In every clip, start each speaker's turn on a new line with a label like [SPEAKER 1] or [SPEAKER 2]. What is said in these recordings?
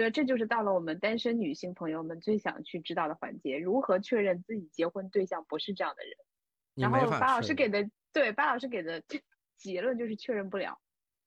[SPEAKER 1] 觉得这就是到了我们单身女性朋友们最想去知道的环节，如何确认自己结婚对象不是这样的人。
[SPEAKER 2] 你没
[SPEAKER 1] 然后
[SPEAKER 2] 法确认。
[SPEAKER 1] 巴老师给的结论就是确认不了。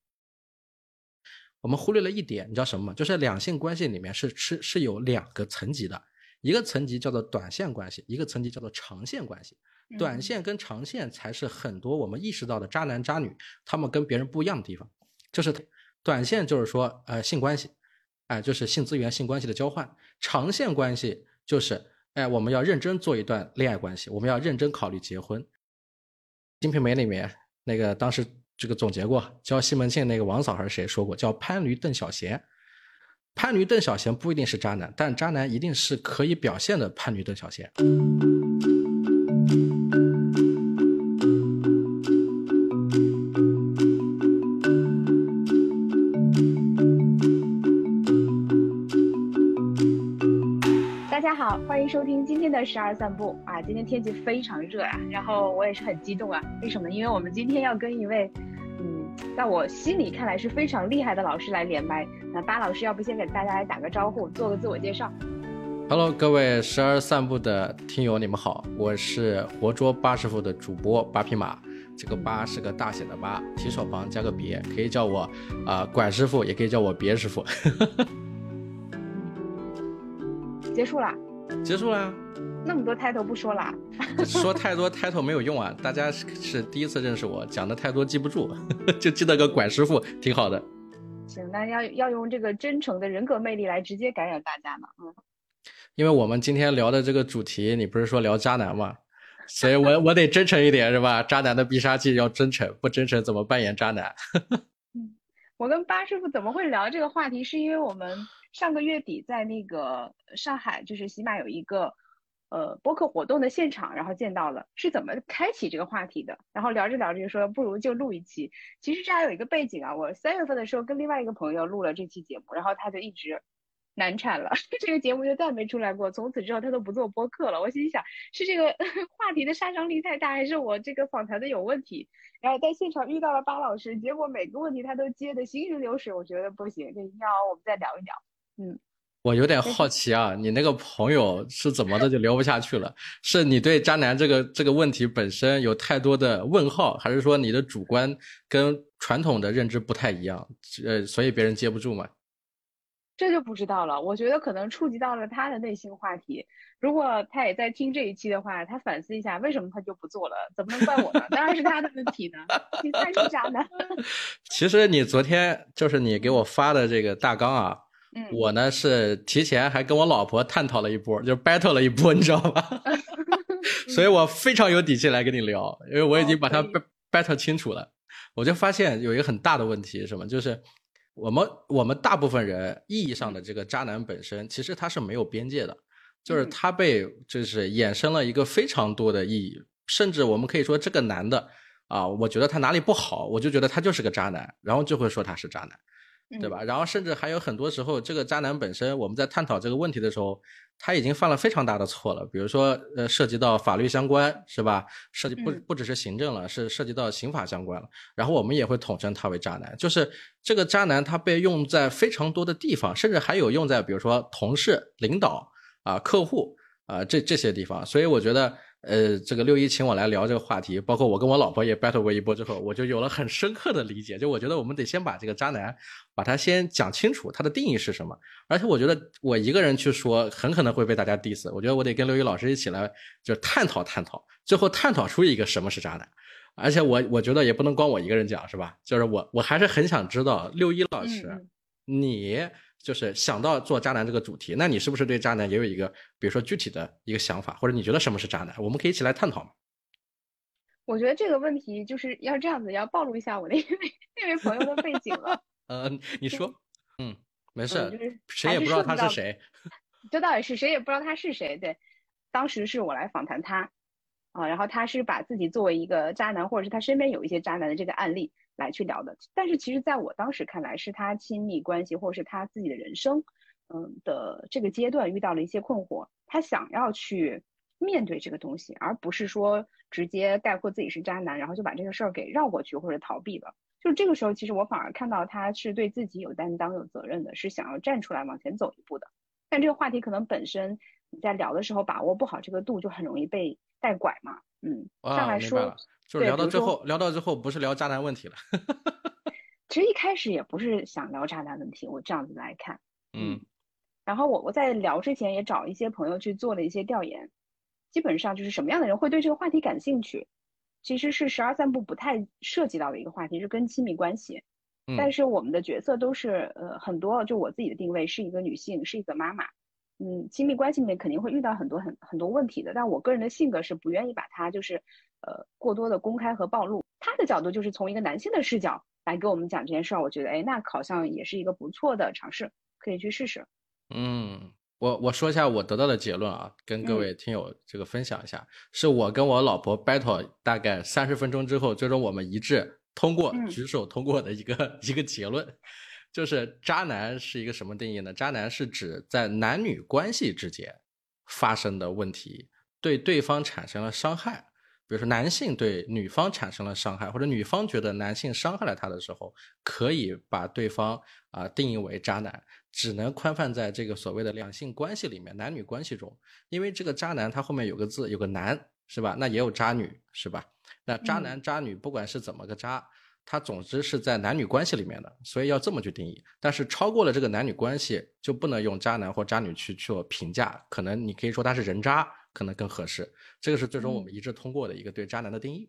[SPEAKER 2] 我们忽略了一点，你知道什么吗？就是两性关系里面是有两个层级的，一个层级叫做短线关系，一个层级叫做长线关系。短线跟长线才是很多我们意识到的渣男渣女他们跟别人不一样的地方。就是短线就是说性关系，就是性资源性关系的交换。长线关系就是我们要认真做一段恋爱关系，我们要认真考虑结婚。金瓶梅里面那个当时这个总结过，教西门庆那个王嫂还是谁说过，叫潘驴邓小闲。潘驴邓小闲不一定是渣男，但渣男一定是可以表现的潘驴邓小闲。
[SPEAKER 1] 大家好，欢迎收听今天的12散步啊！今天天气非常热啊，然后我也是很激动啊。为什么？因为我们今天要跟一位，在我心里看来是非常厉害的老师来连麦。那巴老师，要不先给大家来打个招呼，做个自我介绍。
[SPEAKER 2] Hello， 各位12散步的听友，你们好，我是活捉八师傅的主播八匹马。这个八是个大写的八，提手旁加个别，可以叫我管师傅，也可以叫我别师傅。
[SPEAKER 1] 结束啦？
[SPEAKER 2] 结束啦。
[SPEAKER 1] 那么多 title 不说啦。
[SPEAKER 2] 说太多 title 没有用啊，大家是第一次认识我，讲的太多记不住，就记得个管师傅挺好的。
[SPEAKER 1] 行，那要用这个真诚的人格魅力来直接感染大家呢。
[SPEAKER 2] 因为我们今天聊的这个主题，你不是说聊渣男吗？所以我得真诚一点，是吧？渣男的必杀技要真诚，不真诚怎么扮演渣男？
[SPEAKER 1] 我跟巴师傅怎么会聊这个话题，是因为我们上个月底在那个上海，就是喜马有一个播客活动的现场，然后见到了，是怎么开启这个话题的。然后聊着聊着就说不如就录一期。其实这还有一个背景啊，我3月份的时候跟另外一个朋友录了这期节目，然后他就一直难产了，这个节目就再没出来过。从此之后他都不做播客了。我心想是这个话题的杀伤力太大，还是我这个访谈的有问题？然后在现场遇到了巴老师，结果每个问题他都接的行云流水，我觉得不行，这一定要我们再聊一聊。
[SPEAKER 2] 我有点好奇啊，你那个朋友是怎么的就聊不下去了？是你对渣男这个问题本身有太多的问号，还是说你的主观跟传统的认知不太一样，所以别人接不住嘛？
[SPEAKER 1] 这就不知道了，我觉得可能触及到了他的内心话题。如果他也在听这一期的话，他反思一下，为什么他就不做了？怎么能怪我呢？当然是他的问题呢。你才是渣男。
[SPEAKER 2] 其实你昨天就是你给我发的这个大纲啊，我呢是提前还跟我老婆探讨了一波，就 battle 了一波，你知道吧？所以我非常有底气来跟你聊，因为我已经把它 battle 清楚了。我就发现有一个很大的问题是什么，就是我们大部分人意义上的这个渣男本身，其实他是没有边界的，就是他被就是衍生了一个非常多的意义，甚至我们可以说这个男的啊，我觉得他哪里不好，我就觉得他就是个渣男，然后就会说他是渣男。对吧？然后甚至还有很多时候，这个渣男本身，我们在探讨这个问题的时候，他已经犯了非常大的错了。比如说，涉及到法律相关，是吧？涉及不只是行政了，是涉及到刑法相关了。然后我们也会统称他为渣男。就是这个渣男，他被用在非常多的地方，甚至还有用在比如说同事、领导啊、客户啊这些地方。所以我觉得。这个6·1请我来聊这个话题，包括我跟我老婆也 battle 过一波之后，我就有了很深刻的理解。就我觉得我们得先把这个渣男，把他先讲清楚，他的定义是什么。而且我觉得我一个人去说，很可能会被大家 diss。我觉得我得跟6·1老师一起来，就探讨探讨，最后探讨出一个什么是渣男。而且我觉得也不能光我一个人讲，是吧？就是我还是很想知道6·1老师，你。就是想到做渣男这个主题，那你是不是对渣男也有一个，比如说具体的一个想法，或者你觉得什么是渣男？我们可以一起来探讨嘛。
[SPEAKER 1] 我觉得这个问题就是要这样子，要暴露一下我那位朋友的背景了。
[SPEAKER 2] 你说，没事，
[SPEAKER 1] 就是
[SPEAKER 2] 谁也不知道他是谁。
[SPEAKER 1] 这倒也是，谁也不知道他是谁。对，当时是我来访谈他，然后他是把自己作为一个渣男，或者是他身边有一些渣男的这个案例来去聊的。但是其实在我当时看来，是他亲密关系或者是他自己的人生，的这个阶段遇到了一些困惑，他想要去面对这个东西，而不是说直接概括自己是渣男，然后就把这个事儿给绕过去或者逃避了。 就这个时候，其实我反而看到他是对自己有担当、有责任的，是想要站出来往前走一步的。但这个话题可能本身你在聊的时候把握不好这个度，就很容易被带拐嘛。上来说，
[SPEAKER 2] 明白了，就是
[SPEAKER 1] 对，
[SPEAKER 2] 聊
[SPEAKER 1] 比如说，
[SPEAKER 2] 到最后，聊到最后不是聊渣男问题了。
[SPEAKER 1] 其实一开始也不是想聊渣男问题，我这样子来看，
[SPEAKER 2] 嗯
[SPEAKER 1] 然后我在聊之前也找一些朋友去做了一些调研，基本上就是什么样的人会对这个话题感兴趣，其实是12散步不太涉及到的一个话题，是跟亲密关系。但
[SPEAKER 2] 嗯
[SPEAKER 1] 是我们的角色都是很多，就我自己的定位是一个女性，是一个妈妈。亲密关系里面肯定会遇到很多问题的，但我个人的性格是不愿意把它就是过多的公开和暴露。他的角度就是从一个男性的视角来给我们讲这件事儿，我觉得哎，那好像也是一个不错的尝试，可以去试试。
[SPEAKER 2] 嗯，我说一下我得到的结论啊，跟各
[SPEAKER 1] 嗯
[SPEAKER 2] 位听友这个分享一下，是我跟我老婆 battle 大概30分钟之后，最终我们一致通过，
[SPEAKER 1] 嗯
[SPEAKER 2] 举手通过的一个结论，就是渣男是一个什么定义呢？渣男是指在男女关系之间发生的问题，对对方产生了伤害。比如说男性对女方产生了伤害，或者女方觉得男性伤害了她的时候，可以把对方定义为渣男，只能宽泛在这个所谓的两性关系里面，男女关系中。因为这个渣男他后面有个字，有个男，是吧？那也有渣女，是吧？那渣男渣女不管是怎么个渣，它总之是在男女关系里面的，所以要这么去定义。但是超过了这个男女关系，就不能用渣男或渣女去做评价，可能你可以说他是人渣，可能更合适。这个是最终我们一致通过的一个对渣男的定义。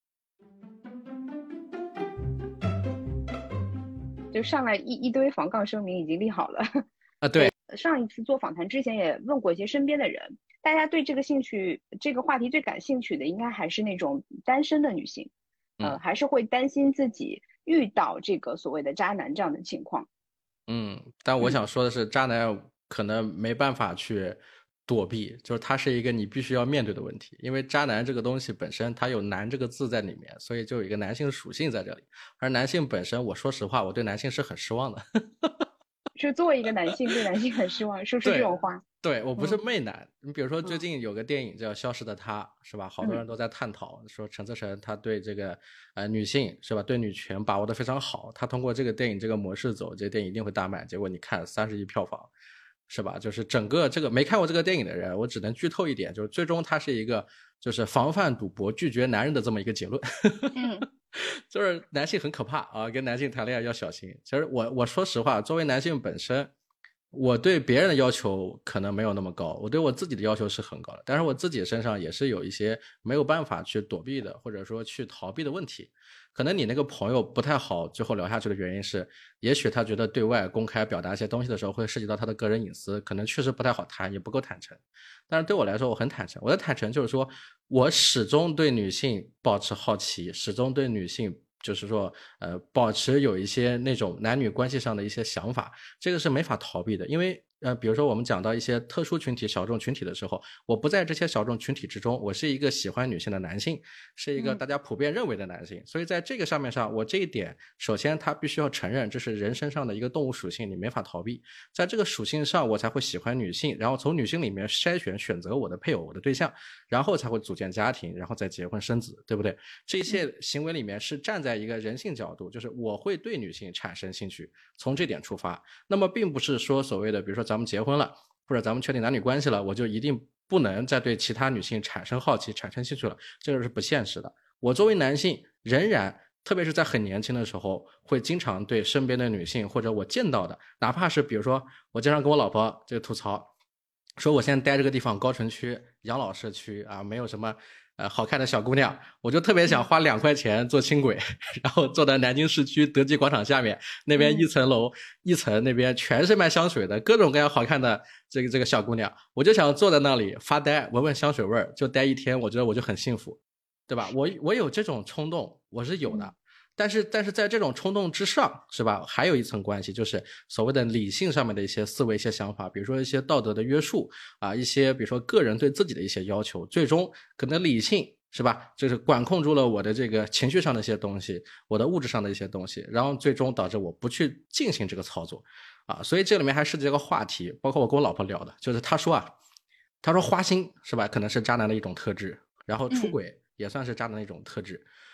[SPEAKER 1] 就上来一堆防杠声明已经立好了。
[SPEAKER 2] 对，
[SPEAKER 1] 上一次做访谈之前也问过一些身边的人，大家对这个话题最感兴趣的应该还是那种单身的女性，还是会担心自己遇到这个所谓的渣男这样的情况。
[SPEAKER 2] 但我想说的是，渣男可能没办法去躲避，就是它是一个你必须要面对的问题，因为渣男这个东西本身它有男这个字在里面，所以就有一个男性属性在这里。而男性本身，我说实话，我对男性是很失望的。
[SPEAKER 1] 是作为一个男性对男性很失望，说出这种话。
[SPEAKER 2] 对，我不是媚男。你比如说最近有个电影叫《消失的她》，是吧？好多人都在探讨，说陈思诚他对这个女性是吧，对女权把握的非常好，他通过这个电影这个模式走，这个电影一定会大卖。结果你看30亿票房，是吧？就是整个这个没看过这个电影的人，我只能剧透一点，就是最终它是一个就是防范赌博、拒绝男人的这么一个结论。就是男性很可怕啊，跟男性谈恋爱要小心。其实我说实话，作为男性本身，我对别人的要求可能没有那么高，我对我自己的要求是很高的，但是我自己身上也是有一些没有办法去躲避的，或者说去逃避的问题。可能你那个朋友不太好最后聊下去的原因是，也许他觉得对外公开表达一些东西的时候会涉及到他的个人隐私，可能确实不太好谈，也不够坦诚。但是对我来说我很坦诚，我的坦诚就是说我始终对女性保持好奇，始终对女性就是说保持有一些那种男女关系上的一些想法，这个是没法逃避的。因为比如说我们讲到一些特殊群体、小众群体的时候，我不在这些小众群体之中，我是一个喜欢女性的男性，是一个大家普遍认为的男性，所以在这个上面上，我这一点首先他必须要承认这是人身上的一个动物属性，你没法逃避。在这个属性上我才会喜欢女性，然后从女性里面筛选择我的配偶、我的对象，然后才会组建家庭，然后再结婚生子，对不对？这些行为里面是站在一个人性角度，就是我会对女性产生兴趣，从这点出发。那么并不是说所谓的比如说咱们结婚了，或者咱们确定男女关系了，我就一定不能再对其他女性产生好奇、产生兴趣了，这个是不现实的。我作为男性仍然特别是在很年轻的时候，会经常对身边的女性或者我见到的，哪怕是比如说我经常跟我老婆这个吐槽，说我现在待这个地方高城区养老社区啊，没有什么好看的小姑娘，我就特别想花2块钱坐轻轨，然后坐在南京市区德基广场下面，那边一层楼一层那边全是卖香水的，各种各样好看的这个小姑娘，我就想坐在那里发呆，闻闻香水味，就待一天，我觉得我就很幸福，对吧？我有这种冲动，我是有的。但是在这种冲动之上，是吧？还有一层关系，就是所谓的理性上面的一些思维、一些想法，比如说一些道德的约束啊，一些比如说个人对自己的一些要求，最终可能理性是吧？就是管控住了我的这个情绪上的一些东西，我的物质上的一些东西，然后最终导致我不去进行这个操作啊。所以这里面还涉及一个话题，包括我跟我老婆聊的，就是她说花心是吧？可能是渣男的一种特质，然后出轨也算是渣男的一种特质。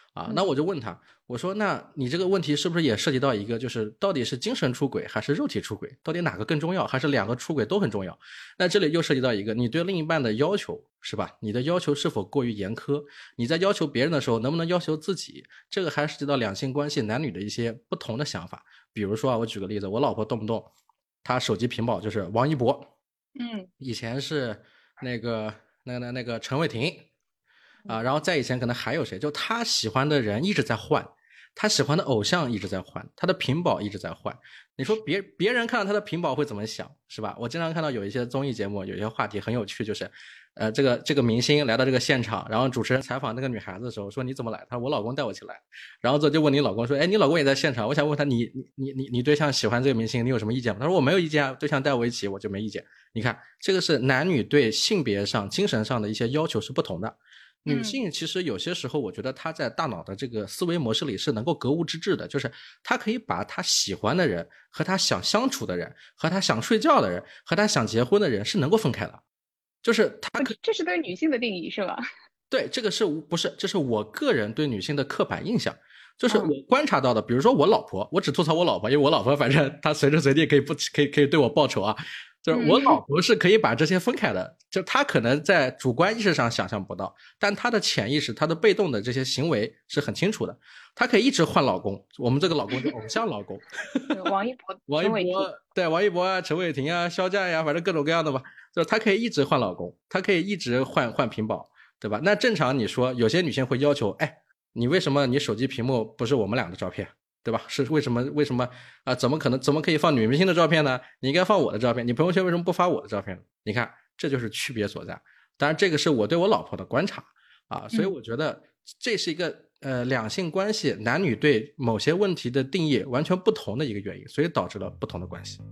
[SPEAKER 2] 啊。那我就问他，我说那你这个问题是不是也涉及到一个，就是到底是精神出轨还是肉体出轨，到底哪个更重要，还是两个出轨都很重要？那这里又涉及到一个你对另一半的要求，是吧？你的要求是否过于严苛？你在要求别人的时候能不能要求自己？这个还涉及到两性关系男女的一些不同的想法。比如说啊，我举个例子，我老婆动不动她手机屏保就是王一博，以前是那个陈伟霆啊，然后再以前可能还有谁，就她喜欢的人一直在换，她喜欢的偶像一直在换，她的屏保一直在换。你说别人看到她的屏保会怎么想，是吧？我经常看到有一些综艺节目，有一些话题很有趣，就是这个明星来到这个现场，然后主持人采访那个女孩子的时候说你怎么来？她说我老公带我起来。然后就问你老公说，哎，你老公也在现场，我想问他你对象喜欢这个明星，你有什么意见吗？他说我没有意见啊，对象带我一起我就没意见。你看这个是男女对性别上精神上的一些要求是不同的。女性其实有些时候我觉得她在大脑的这个思维模式里是能够格物致知的，就是她可以把她喜欢的人和她想相处的人和她想睡觉的人和她想结婚的人是能够分开的，就是她
[SPEAKER 1] 这是对女性的定义是吧？
[SPEAKER 2] 对，这个是不是？这是我个人对女性的刻板印象，就是我观察到的。比如说我老婆，我只吐槽我老婆，因为我老婆反正她随时随地可以对我报仇啊。就是我老婆是可以把这些分开的，就她可能在主观意识上想象不到，但她的潜意识、她的被动的这些行为是很清楚的。她可以一直换老公，我们这个老公就偶像老公，
[SPEAKER 1] 王一博、
[SPEAKER 2] 王一博，对，王一博啊、陈伟霆啊、肖战呀，反正各种各样的吧。就是她可以一直换老公，她可以一直换屏保。对吧？那正常你说有些女性会要求，哎，你为什么你手机屏幕不是我们俩的照片，对吧？是为什么啊？怎么可以放女明星的照片呢？你应该放我的照片，你朋友圈为什么不发我的照片？你看，这就是区别所在。当然，这个是我对我老婆的观察啊，所以我觉得这是一个两性关系男女对某些问题的定义完全不同的一个原因，所以导致了不同的关系。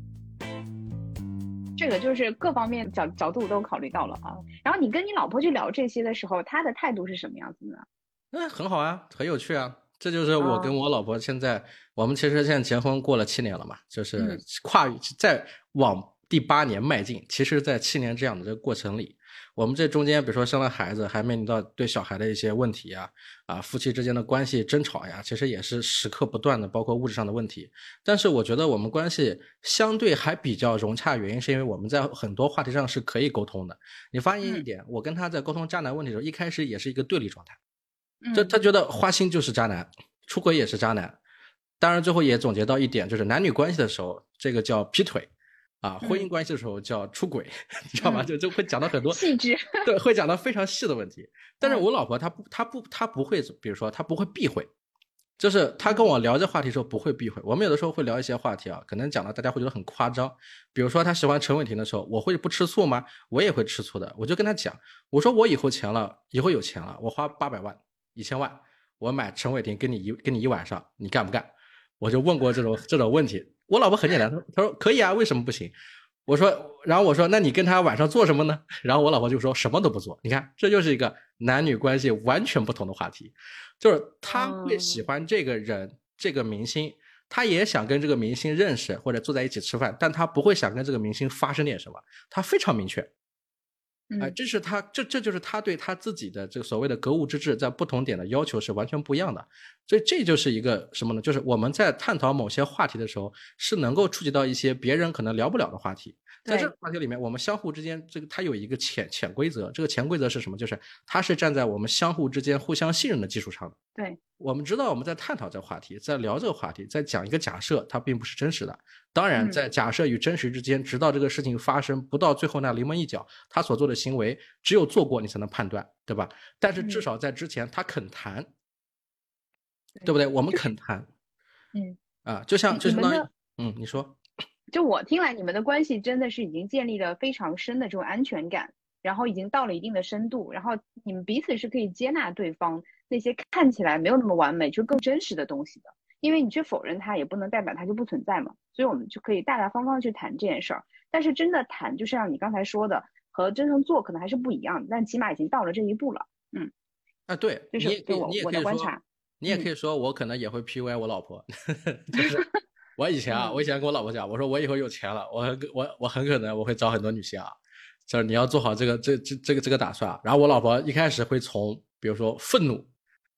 [SPEAKER 1] 这个就是各方面角度都考虑到了啊。然后你跟你老婆去聊这些的时候，她的态度是什么样子呢？
[SPEAKER 2] 很好啊，很有趣啊。这就是我跟我老婆现在，我们其实现在结婚过了7年了嘛，就是再往第8年迈进。其实在7年这样的这个过程里，我们这中间比如说生了孩子，还面临到对小孩的一些问题夫妻之间的关系争吵呀，其实也是时刻不断的，包括物质上的问题。但是我觉得我们关系相对还比较融洽，原因是因为我们在很多话题上是可以沟通的。你发现一点，我跟他在沟通渣男问题的时候，一开始也是一个对立状态。他觉得花心就是渣男，出轨也是渣男。当然最后也总结到一点，就是男女关系的时候这个叫劈腿婚姻关系的时候叫出轨，你知道吗？就会讲到很多
[SPEAKER 1] 细致，
[SPEAKER 2] 对，会讲到非常细的问题。但是我老婆她不会，比如说她不会避讳，就是她跟我聊这话题的时候不会避讳。我们有的时候会聊一些话题可能讲到大家会觉得很夸张。比如说她喜欢陈伟霆的时候，我会不吃醋吗？我也会吃醋的。我就跟她讲，我说我以后有钱了，我花800万、1000万，我买陈伟霆跟你一晚上，你干不干？我就问过这种问题。我老婆很简单，她说可以啊，为什么不行？然后我说那你跟他晚上做什么呢？然后我老婆就说什么都不做。你看，这就是一个男女关系完全不同的话题，就是他会喜欢这个人，这个明星，他也想跟这个明星认识或者坐在一起吃饭，但他不会想跟这个明星发生点什么，他非常明确。这就是他对他自己的这个所谓的格物致知，在不同点的要求是完全不一样的。所以这就是一个什么呢？就是我们在探讨某些话题的时候，是能够触及到一些别人可能聊不了的话题。在这个话题里面，我们相互之间它有一个潜规则，这个潜规则是什么？就是它是站在我们相互之间互相信任的基础上的。
[SPEAKER 1] 对，
[SPEAKER 2] 我们知道我们在探讨这个话题，在聊这个话题，在讲一个假设，它并不是真实的。当然在假设与真实之间，直到这个事情发生不到最后那临门一脚，他所做的行为只有做过你才能判断，对吧？但是至少在之前他肯谈，对不对？我们肯谈。就相当于你说，
[SPEAKER 1] 就我听来，你们的关系真的是已经建立了非常深的这种安全感，然后已经到了一定的深度，然后你们彼此是可以接纳对方那些看起来没有那么完美就更真实的东西的。因为你去否认它，也不能代表它就不存在嘛，所以我们就可以大大方方去谈这件事儿。但是真的谈，就像你刚才说的，和真正做可能还是不一样的，但起码已经到了这一步了。
[SPEAKER 2] 对，
[SPEAKER 1] 这是我的观察。
[SPEAKER 2] 你也可以说我可能也会 PUA 我老婆，就是我以前跟我老婆讲，我说我以后有钱了，我很可能我会找很多女性就是你要做好这个打算。然后我老婆一开始会从比如说愤怒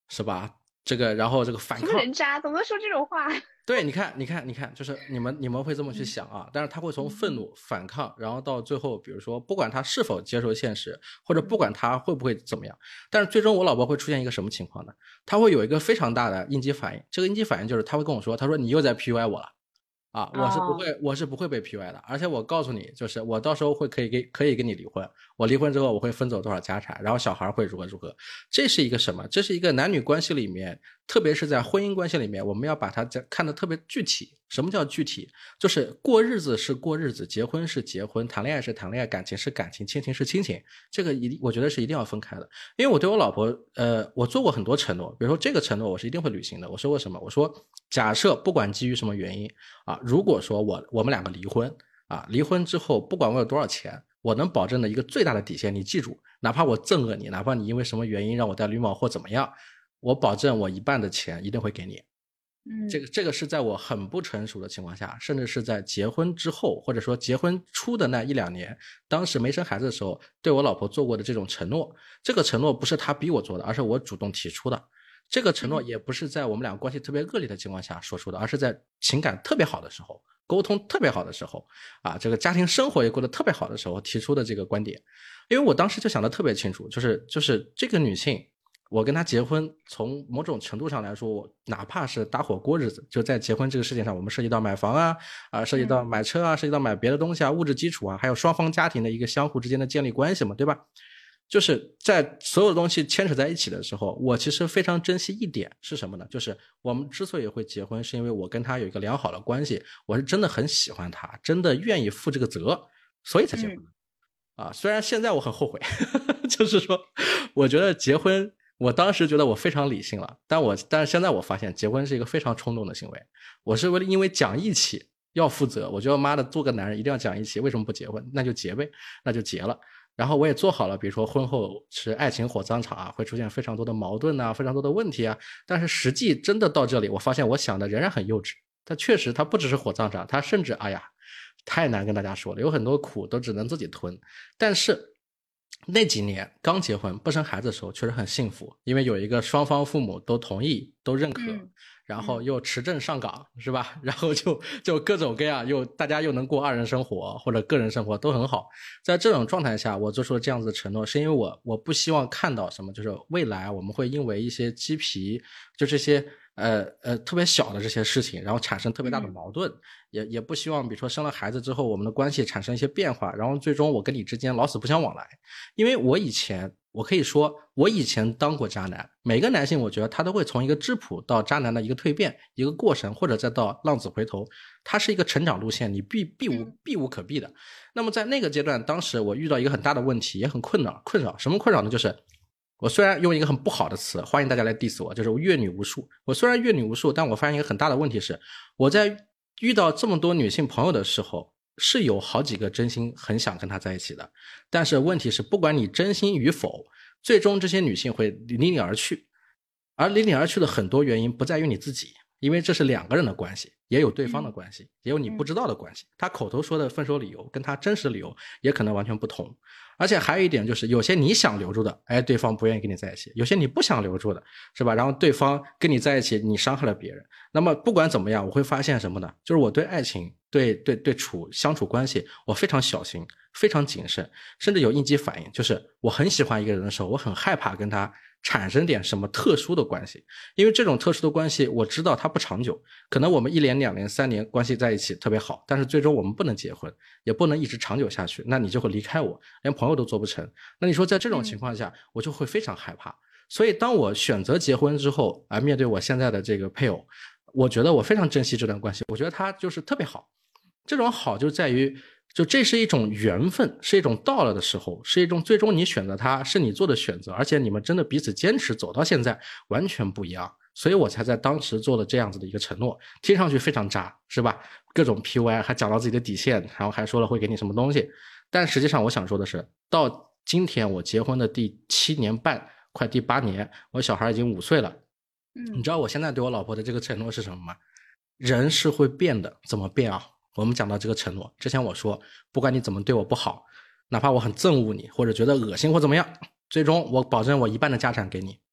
[SPEAKER 2] 是吧？这个，然后这个反抗，
[SPEAKER 1] 什么人渣，怎么能说这种话？
[SPEAKER 2] 对，你看，就是你们会这么去想啊，但是他会从愤怒、反抗，然后到最后，比如说，不管他是否接受现实，或者不管他会不会怎么样，但是最终我老婆会出现一个什么情况呢？她会有一个非常大的应激反应，这个应激反应就是她会跟我说，她说你又在 PUA 我了。啊，我是不会被 PUA 的，而且我告诉你，就是我到时候可以跟你离婚，我离婚之后我会分走多少家产，然后小孩会如何如何，这是一个什么？这是一个男女关系里面，特别是在婚姻关系里面，我们要把它看得特别具体。什么叫具体？就是过日子是过日子，结婚是结婚，谈恋爱是谈恋爱，感情是感情，亲情是亲情，这个我觉得是一定要分开的。因为我对我老婆，我做过很多承诺，比如说这个承诺我是一定会履行的。我说过什么？我说假设不管基于什么原因啊，如果说我们两个离婚啊，离婚之后不管我有多少钱，我能保证的一个最大的底线，你记住，哪怕我憎恶你，哪怕你因为什么原因让我戴绿帽或怎么样，我保证我一半的钱一定会给你。这个是在我很不成熟的情况下，甚至是在结婚之后，或者说结婚初的那1-2年，当时没生孩子的时候，对我老婆做过的这种承诺。这个承诺不是她逼我做的，而是我主动提出的。这个承诺也不是在我们俩关系特别恶劣的情况下说出的，而是在情感特别好的时候，沟通特别好的时候，啊，这个家庭生活也过得特别好的时候提出的这个观点。因为我当时就想得特别清楚，就是这个女性，我跟她结婚，从某种程度上来说，哪怕是搭伙过日子，就在结婚这个事情上，我们涉及到买房啊，涉及到买车啊，涉及到买别的东西啊，物质基础啊，还有双方家庭的一个相互之间的建立关系嘛，对吧？就是在所有东西牵扯在一起的时候，我其实非常珍惜一点是什么呢？就是我们之所以会结婚，是因为我跟他有一个良好的关系，我是真的很喜欢他，真的愿意负这个责，所以才结婚的。啊，虽然现在我很后悔，就是说，我觉得结婚，我当时觉得我非常理性了，但是现在我发现结婚是一个非常冲动的行为。我是为了因为讲义气要负责，我觉得妈的做个男人一定要讲义气，为什么不结婚？那就结呗，那就结了。然后我也做好了，比如说婚后是爱情火葬场啊，会出现非常多的矛盾啊，非常多的问题啊。但是实际真的到这里，我发现我想的仍然很幼稚。它确实，它不只是火葬场，它甚至哎呀，太难跟大家说了，有很多苦都只能自己吞。但是那几年刚结婚不生孩子的时候，确实很幸福，因为有一个双方父母都同意、都认可。然后又持证上岗，是吧？然后就各种各样，大家又能过2人生活或者个人生活都很好。在这种状态下，我做出了这样子的承诺，是因为我不希望看到什么，就是未来我们会因为一些鸡皮，就这些特别小的这些事情，然后产生特别大的矛盾。也不希望比如说生了孩子之后我们的关系产生一些变化，然后最终我跟你之间老死不相往来。因为我可以说我以前当过渣男，每个男性我觉得他都会从一个质朴到渣男的一个蜕变，一个过程，或者再到浪子回头，它是一个成长路线，你避无可避的。那么在那个阶段，当时我遇到一个很大的问题，也很困扰。什么困扰呢？就是我虽然用一个很不好的词，欢迎大家来 diss 我，就是我阅女无数。我虽然阅女无数，但我发现一个很大的问题是，我在遇到这么多女性朋友的时候，是有好几个真心很想跟她在一起的。但是问题是，不管你真心与否，最终这些女性会离你而去。而离你而去的很多原因不在于你自己，因为这是2个人的关系，也有对方的关系，也有你不知道的关系。他口头说的分手理由跟他真实理由也可能完全不同。而且还有一点就是，有些你想留住的，对方不愿意跟你在一起；有些你不想留住的，是吧？然后对方跟你在一起，你伤害了别人。那么不管怎么样，我会发现什么呢？就是我对爱情、对相处关系，我非常小心，非常谨慎，甚至有应激反应。就是我很喜欢一个人的时候，我很害怕跟他产生点什么特殊的关系，因为这种特殊的关系我知道它不长久，可能我们1年、2年、3年关系在一起特别好，但是最终我们不能结婚，也不能一直长久下去，那你就会离开我，连朋友都做不成。那你说在这种情况下，我就会非常害怕。所以当我选择结婚之后，面对我现在的这个配偶，我觉得我非常珍惜这段关系，我觉得他就是特别好。这种好就在于，就这是一种缘分，是一种到了的时候，是一种最终你选择他是你做的选择，而且你们真的彼此坚持走到现在完全不一样，所以我才在当时做了这样子的一个承诺。听上去非常渣，是吧？各种 PUA， 还讲到自己的底线，然后还说了会给你什么东西。但实际上我想说的是，到今天我结婚的第7年半，快第8年，我小孩已经5岁了。你知道我现在对我老婆的这个承诺是什么吗？人是会变的。怎么变啊？我们讲到这个承诺之前，我说不管你怎么对我不好，哪怕我很憎恶你或者觉得恶心或怎么样，最终我保证我一半的家产给你，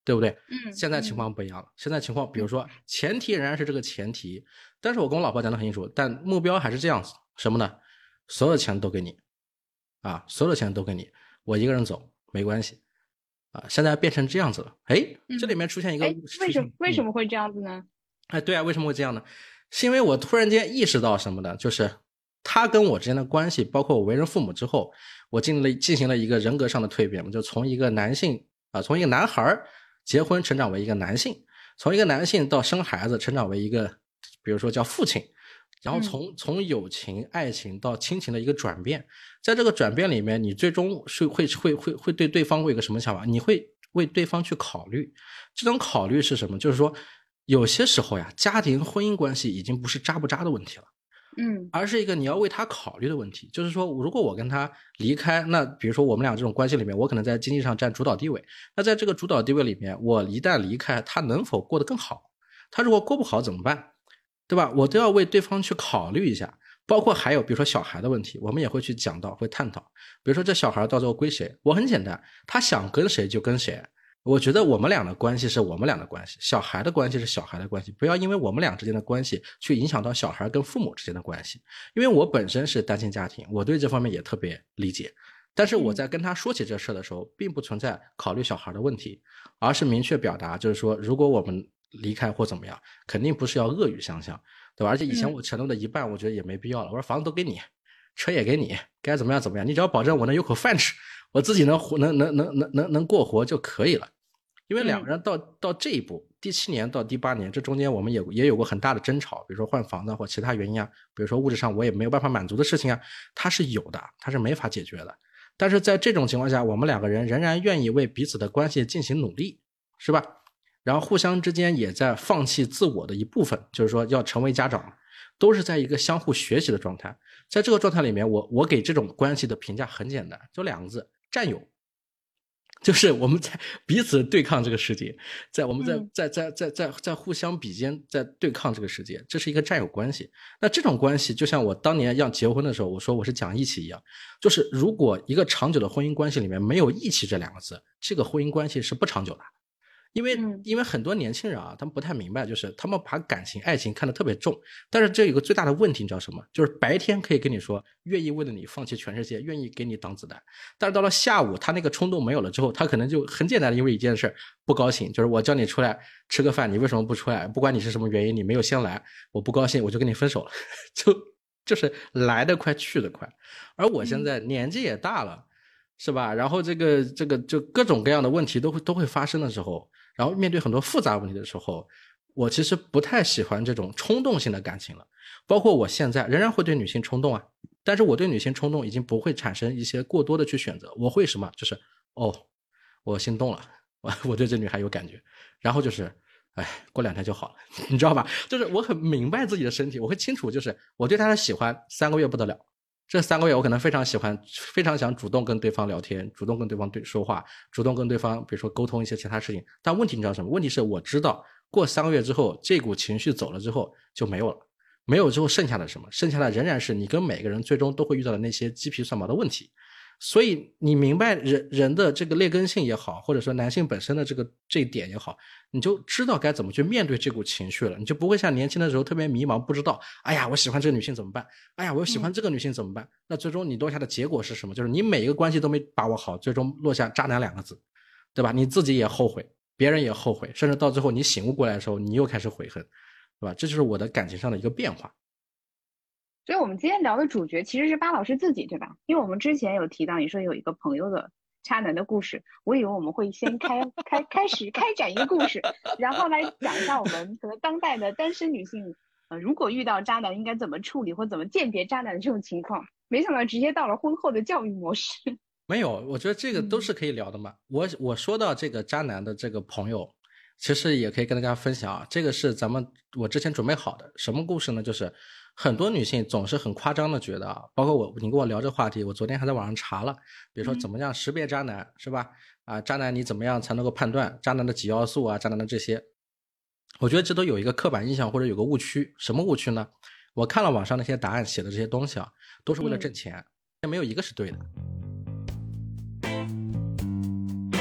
[SPEAKER 2] 对不对？现在情况不一样了，现在情况比如说前提仍然是这个前提，但是我跟我老婆讲得很清楚，但目标还是这样子，什么呢？所有钱都给你啊，所有的钱都给你，我一个人走没关系啊。现在变成这样子了，这里面出现一个
[SPEAKER 1] 为什么会这样子呢？
[SPEAKER 2] 对啊，为什么会这样呢？是因为我突然间意识到什么呢？就是他跟我之间的关系，包括我为人父母之后，我进行了一个人格上的蜕变，就从一个男性从一个男孩结婚成长为一个男性，从一个男性到生孩子成长为一个，比如说叫父亲，然后从友情、爱情到亲情的一个转变，在这个转变里面，你最终是会对对方会有个什么想法？你会为对方去考虑，这种考虑是什么？就是说，有些时候呀，家庭婚姻关系已经不是渣不渣的问题了。而是一个你要为他考虑的问题，就是说，如果我跟他离开，那比如说我们俩这种关系里面，我可能在经济上占主导地位，那在这个主导地位里面，我一旦离开，他能否过得更好？他如果过不好怎么办？对吧？我都要为对方去考虑一下，包括还有比如说小孩的问题，我们也会去讲到，会探讨，比如说这小孩到最后归谁？我很简单，他想跟谁就跟谁。我觉得我们俩的关系是我们俩的关系，小孩的关系是小孩的关系，不要因为我们俩之间的关系去影响到小孩跟父母之间的关系。因为我本身是单亲家庭，我对这方面也特别理解，但是我在跟他说起这事的时候，并不存在考虑小孩的问题，而是明确表达，就是说如果我们离开或怎么样，肯定不是要恶语相向，对吧？而且以前我承诺的一半，我觉得也没必要了。我说房子都给你，车也给你，该怎么样怎么样，你只要保证我能有口饭吃，我自己能过活就可以了。因为两个人到这一步，第7年到第8年，这中间我们也有过很大的争吵，比如说换房子或其他原因啊，比如说物质上我也没有办法满足的事情啊，它是有的，它是没法解决的。但是在这种情况下，我们两个人仍然愿意为彼此的关系进行努力，是吧？然后互相之间也在放弃自我的一部分，就是说要成为家长，都是在一个相互学习的状态。在这个状态里面，我给这种关系的评价很简单，就2个字：战友。就是我们在彼此对抗这个世界，在我们在互相比肩，在对抗这个世界，这是一个战友关系。那这种关系就像我当年要结婚的时候，我说我是讲义气一样，就是如果一个长久的婚姻关系里面没有义气这2个字，这个婚姻关系是不长久的。因为很多年轻人啊，他们不太明白，就是他们把感情、爱情看得特别重，但是这有个最大的问题，你知道什么？就是白天可以跟你说愿意为了你放弃全世界，愿意给你挡子弹，但是到了下午，他那个冲动没有了之后，他可能就很简单的因为一件事不高兴，就是我叫你出来吃个饭，你为什么不出来？不管你是什么原因，你没有先来，我不高兴，我就跟你分手了，就是来得快去得快。而我现在年纪也大了，是吧？然后这个就各种各样的问题都会发生的时候。然后面对很多复杂问题的时候，我其实不太喜欢这种冲动性的感情了。包括我现在仍然会对女性冲动啊，但是我对女性冲动已经不会产生一些过多的去选择。我会什么？就是我心动了，我对这女孩有感觉，然后就是过2天就好了，你知道吧？就是我很明白自己的身体，我会清楚，就是我对她的喜欢3个月不得了。这3个月我可能非常喜欢，非常想主动跟对方聊天，主动跟对方说话，主动跟对方比如说沟通一些其他事情。但问题你知道什么？问题是我知道过3个月之后，这股情绪走了之后就没有了，没有之后剩下的什么？剩下的仍然是你跟每个人最终都会遇到的那些鸡皮蒜毛的问题。所以你明白人的这个劣根性也好，或者说男性本身的这一点也好，你就知道该怎么去面对这股情绪了，你就不会像年轻的时候特别迷茫，不知道哎呀我喜欢这个女性怎么办，哎呀我又喜欢这个女性怎么办。那最终你落下的结果是什么？就是你每一个关系都没把握好，最终落下渣男2个字，对吧？你自己也后悔，别人也后悔，甚至到最后你醒悟过来的时候，你又开始悔恨，对吧？这就是我的感情上的一个变化。
[SPEAKER 1] 所以我们今天聊的主角其实是巴老师自己，对吧？因为我们之前有提到你说有一个朋友的渣男的故事，我以为我们会先开展一个故事，然后来讲一下我们可能当代的单身女性，如果遇到渣男应该怎么处理或怎么鉴别渣男的这种情况。没想到直接到了婚后的教育模式。
[SPEAKER 2] 没有，我觉得这个都是可以聊的嘛。我说到这个渣男的这个朋友，其实也可以跟大家分享啊。这个是我之前准备好的。什么故事呢？就是很多女性总是很夸张的觉得啊，包括你跟我聊这个话题，我昨天还在网上查了，比如说怎么样识别渣男，是吧？渣男你怎么样才能够判断渣男的几要素啊，渣男的这些，我觉得这都有一个刻板印象或者有个误区。什么误区呢？我看了网上那些答案写的这些东西啊，都是为了挣钱，没有一个是对的。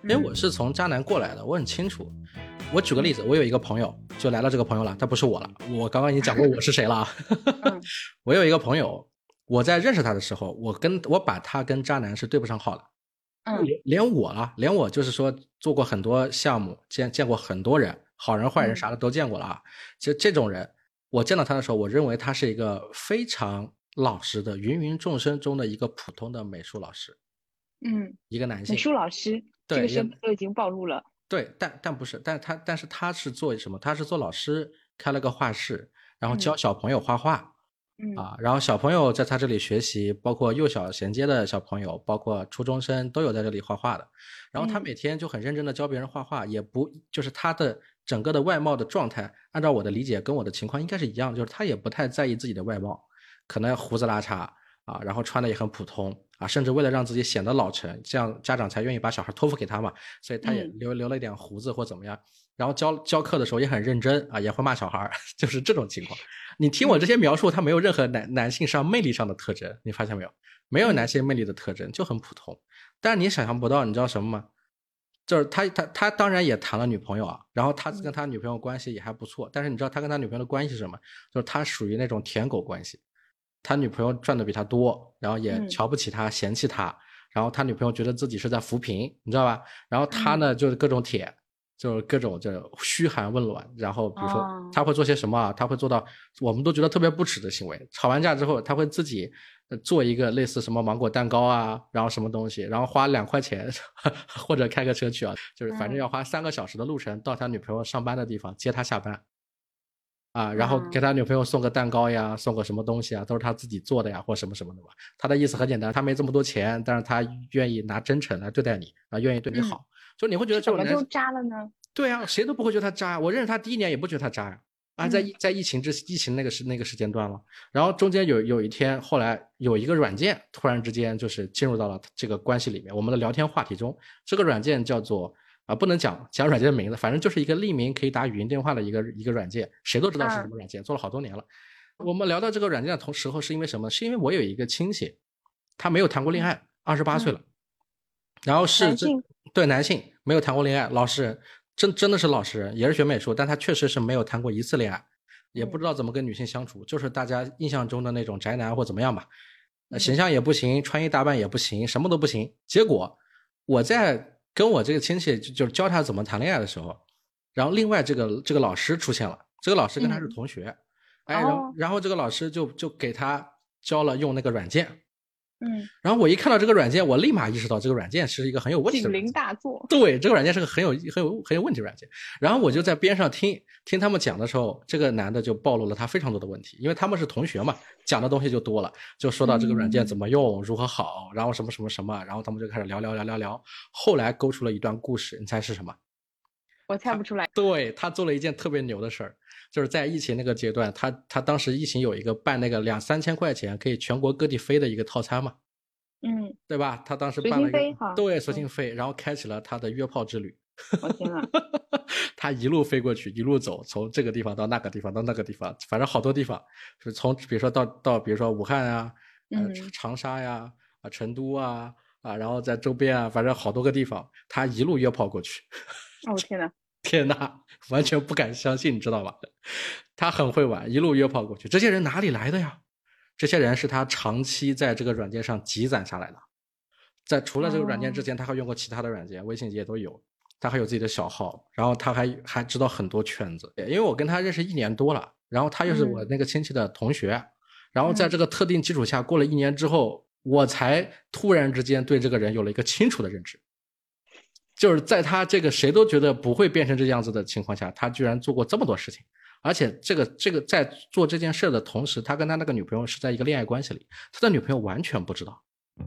[SPEAKER 2] 因为我是从渣男过来的，我很清楚。我举个例子，我有一个朋友，就来了这个朋友了，他不是我了，我刚刚已经讲过我是谁了。我有一个朋友，我在认识他的时候，我把他跟渣男是对不上号的。连我就是说做过很多项目，见过很多人，好人坏人啥的都见过了啊。其实这种人，我见到他的时候，我认为他是一个非常老实的芸芸众生中的一个普通的美术老师。一个男性
[SPEAKER 1] 美术老师，这个身份都已经暴露了。
[SPEAKER 2] 对，但不是，但是他是做什么？他是做老师，开了个画室，然后教小朋友画画。然后小朋友在他这里学习，包括幼小衔接的小朋友，包括初中生都有在这里画画的。然后他每天就很认真的教别人画画，也不就是他的整个的外貌的状态，按照我的理解跟我的情况应该是一样，就是他也不太在意自己的外貌，可能胡子拉碴然后穿的也很普通甚至为了让自己显得老成，这样家长才愿意把小孩托付给他嘛，所以他也留了一点胡子或怎么样。然后教课的时候也很认真也会骂小孩，就是这种情况。你听我这些描述，他没有任何男性上魅力上的特征，你发现没有？没有男性魅力的特征，就很普通。但是你想象不到，你知道什么吗？就是他当然也谈了女朋友然后他跟他女朋友关系也还不错，但是你知道他跟他女朋友的关系是什么？就是他属于那种舔狗关系。他女朋友赚的比他多，然后也瞧不起他，嫌弃他，然后他女朋友觉得自己是在扶贫，你知道吧？然后他呢就是各种舔，就是各种就嘘寒问暖，然后比如说他会做些什么他会做到我们都觉得特别不耻的行为。吵完架之后他会自己做一个类似什么芒果蛋糕然后什么东西，然后花2块钱或者开个车去就是反正要花3个小时的路程到他女朋友上班的地方接他下班然后给他女朋友送个蛋糕呀，送个什么东西都是他自己做的呀，或什么什么的嘛。他的意思很简单，他没这么多钱，但是他愿意拿真诚来对待你愿意对你好。就你会觉得这种人
[SPEAKER 1] 怎么就渣了呢？
[SPEAKER 2] 对谁都不会觉得他渣。我认识他第1年也不觉得他渣在疫情那个时间段了。然后中间有一天，后来有一个软件突然之间就是进入到了这个关系里面，我们的聊天话题中。这个软件叫做不能讲软件的名字，反正就是一个匿名可以打语音电话的一个软件，谁都知道是什么软件，做了好多年了。我们聊到这个软件的同时候是因为什么？是因为我有一个亲戚，他没有谈过恋爱，28岁了，然后是男性没有谈过恋爱，老实人，真的是老实人，也是学美术，但他确实是没有谈过1次恋爱，也不知道怎么跟女性相处，就是大家印象中的那种宅男或怎么样吧，形象也不行，穿衣打扮也不行，什么都不行。结果我在跟我这个亲戚就教他怎么谈恋爱的时候，然后另外这个老师出现了，这个老师跟他是同学，然后这个老师就给他教了用那个软件，然后我一看到这个软件，我立马意识到这个软件是一个很有问题的软件，
[SPEAKER 1] 警铃大作。
[SPEAKER 2] 对，这个软件是个很有问题的软件。然后我就在边上听他们讲的时候，这个男的就暴露了他非常多的问题，因为他们是同学嘛，讲的东西就多了，就说到这个软件怎么用，如何好，然后什么什么什么，然后他们就开始聊，后来勾出了一段故事，你猜是什么？
[SPEAKER 1] 我猜不出来。
[SPEAKER 2] 对，他做了一件特别牛的事儿，就是在疫情那个阶段，他当时疫情有一个办那个2-3千块钱可以全国各地飞的一个套餐嘛，对吧？他当时办了一个对随性飞，然后开启了他的约炮之旅。
[SPEAKER 1] 我天哪！
[SPEAKER 2] 他一路飞过去，一路走，从这个地方到那个地方，到那个地方，反正好多地方，就是从比如说到比如说武汉长沙呀成都然后在周边反正好多个地方，他一路约炮过去。
[SPEAKER 1] 天哪！
[SPEAKER 2] 天哪，完全不敢相信，你知道吧？他很会玩，一路约炮过去。这些人哪里来的呀？这些人是他长期在这个软件上积攒下来的。在除了这个软件之前，他还用过其他的软件，微信也都有。他还有自己的小号，然后他还知道很多圈子。因为我跟他认识1年多了，然后他又是我那个亲戚的同学，然后在这个特定基础下，过了1年之后，我才突然之间对这个人有了一个清楚的认知。就是在他这个谁都觉得不会变成这样子的情况下，他居然做过这么多事情，而且这个在做这件事的同时，他跟他那个女朋友是在一个恋爱关系里，他的女朋友完全不知道。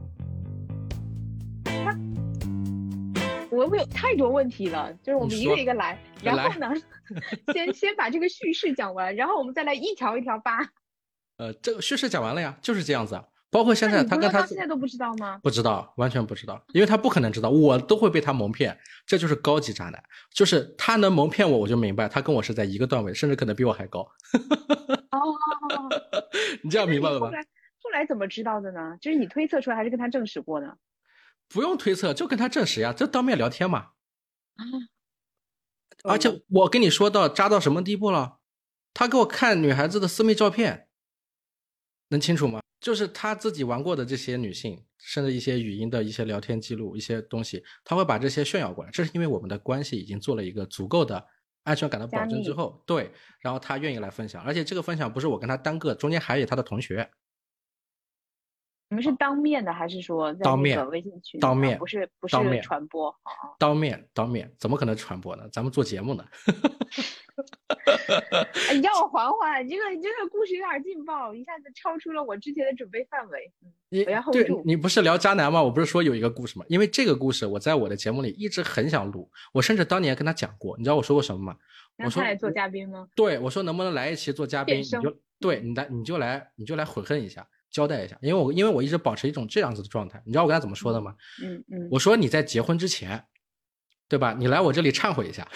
[SPEAKER 1] 我有太多问题了，就是我们一个一个来，然后呢，先把这个叙事讲完，然后我们再来一条一条扒。
[SPEAKER 2] 这个叙事讲完了呀，就是这样子包括现在他跟他
[SPEAKER 1] 现在都不知道吗？
[SPEAKER 2] 不知道，完全不知道，因为他不可能知道，我都会被他蒙骗，这就是高级渣男，就是他能蒙骗我就明白他跟我是在一个段位，甚至可能比我还高。你这样明白了吧？
[SPEAKER 1] 后来怎么知道的呢？就是你推测出来还是跟他证实过呢？
[SPEAKER 2] 不用推测，就跟他证实呀，就当面聊天嘛。而且我跟你说到渣到什么地步了，他给我看女孩子的私密照片，能清楚吗？就是他自己玩过的这些女性，甚至一些语音的一些聊天记录，一些东西，他会把这些炫耀过来。这是因为我们的关系已经做了一个足够的安全感的保证之后，对，然后他愿意来分享，而且这个分享不是我跟他单个，中间还有他的同学。
[SPEAKER 1] 你们是当面的还是说在那个微信群？
[SPEAKER 2] 当面，
[SPEAKER 1] 不是传播。
[SPEAKER 2] 当面，怎么可能传播呢？咱们做节目呢。
[SPEAKER 1] 哎，要缓缓，这个故事有点劲爆，一下子超出了我之前的准备范围。我要 hold 住。
[SPEAKER 2] 你不是聊渣男吗？我不是说有一个故事吗？因为这个故事我在我的节目里一直很想录，我甚至当年跟他讲过。你知道我说过什么吗？
[SPEAKER 1] 我说他来做嘉宾吗？
[SPEAKER 2] 对，我说能不能来一期做嘉宾？你就来悔恨一下，交代一下，因为我一直保持一种这样子的状态。你知道我跟他怎么说的吗？我说你在结婚之前，对吧？你来我这里忏悔一下。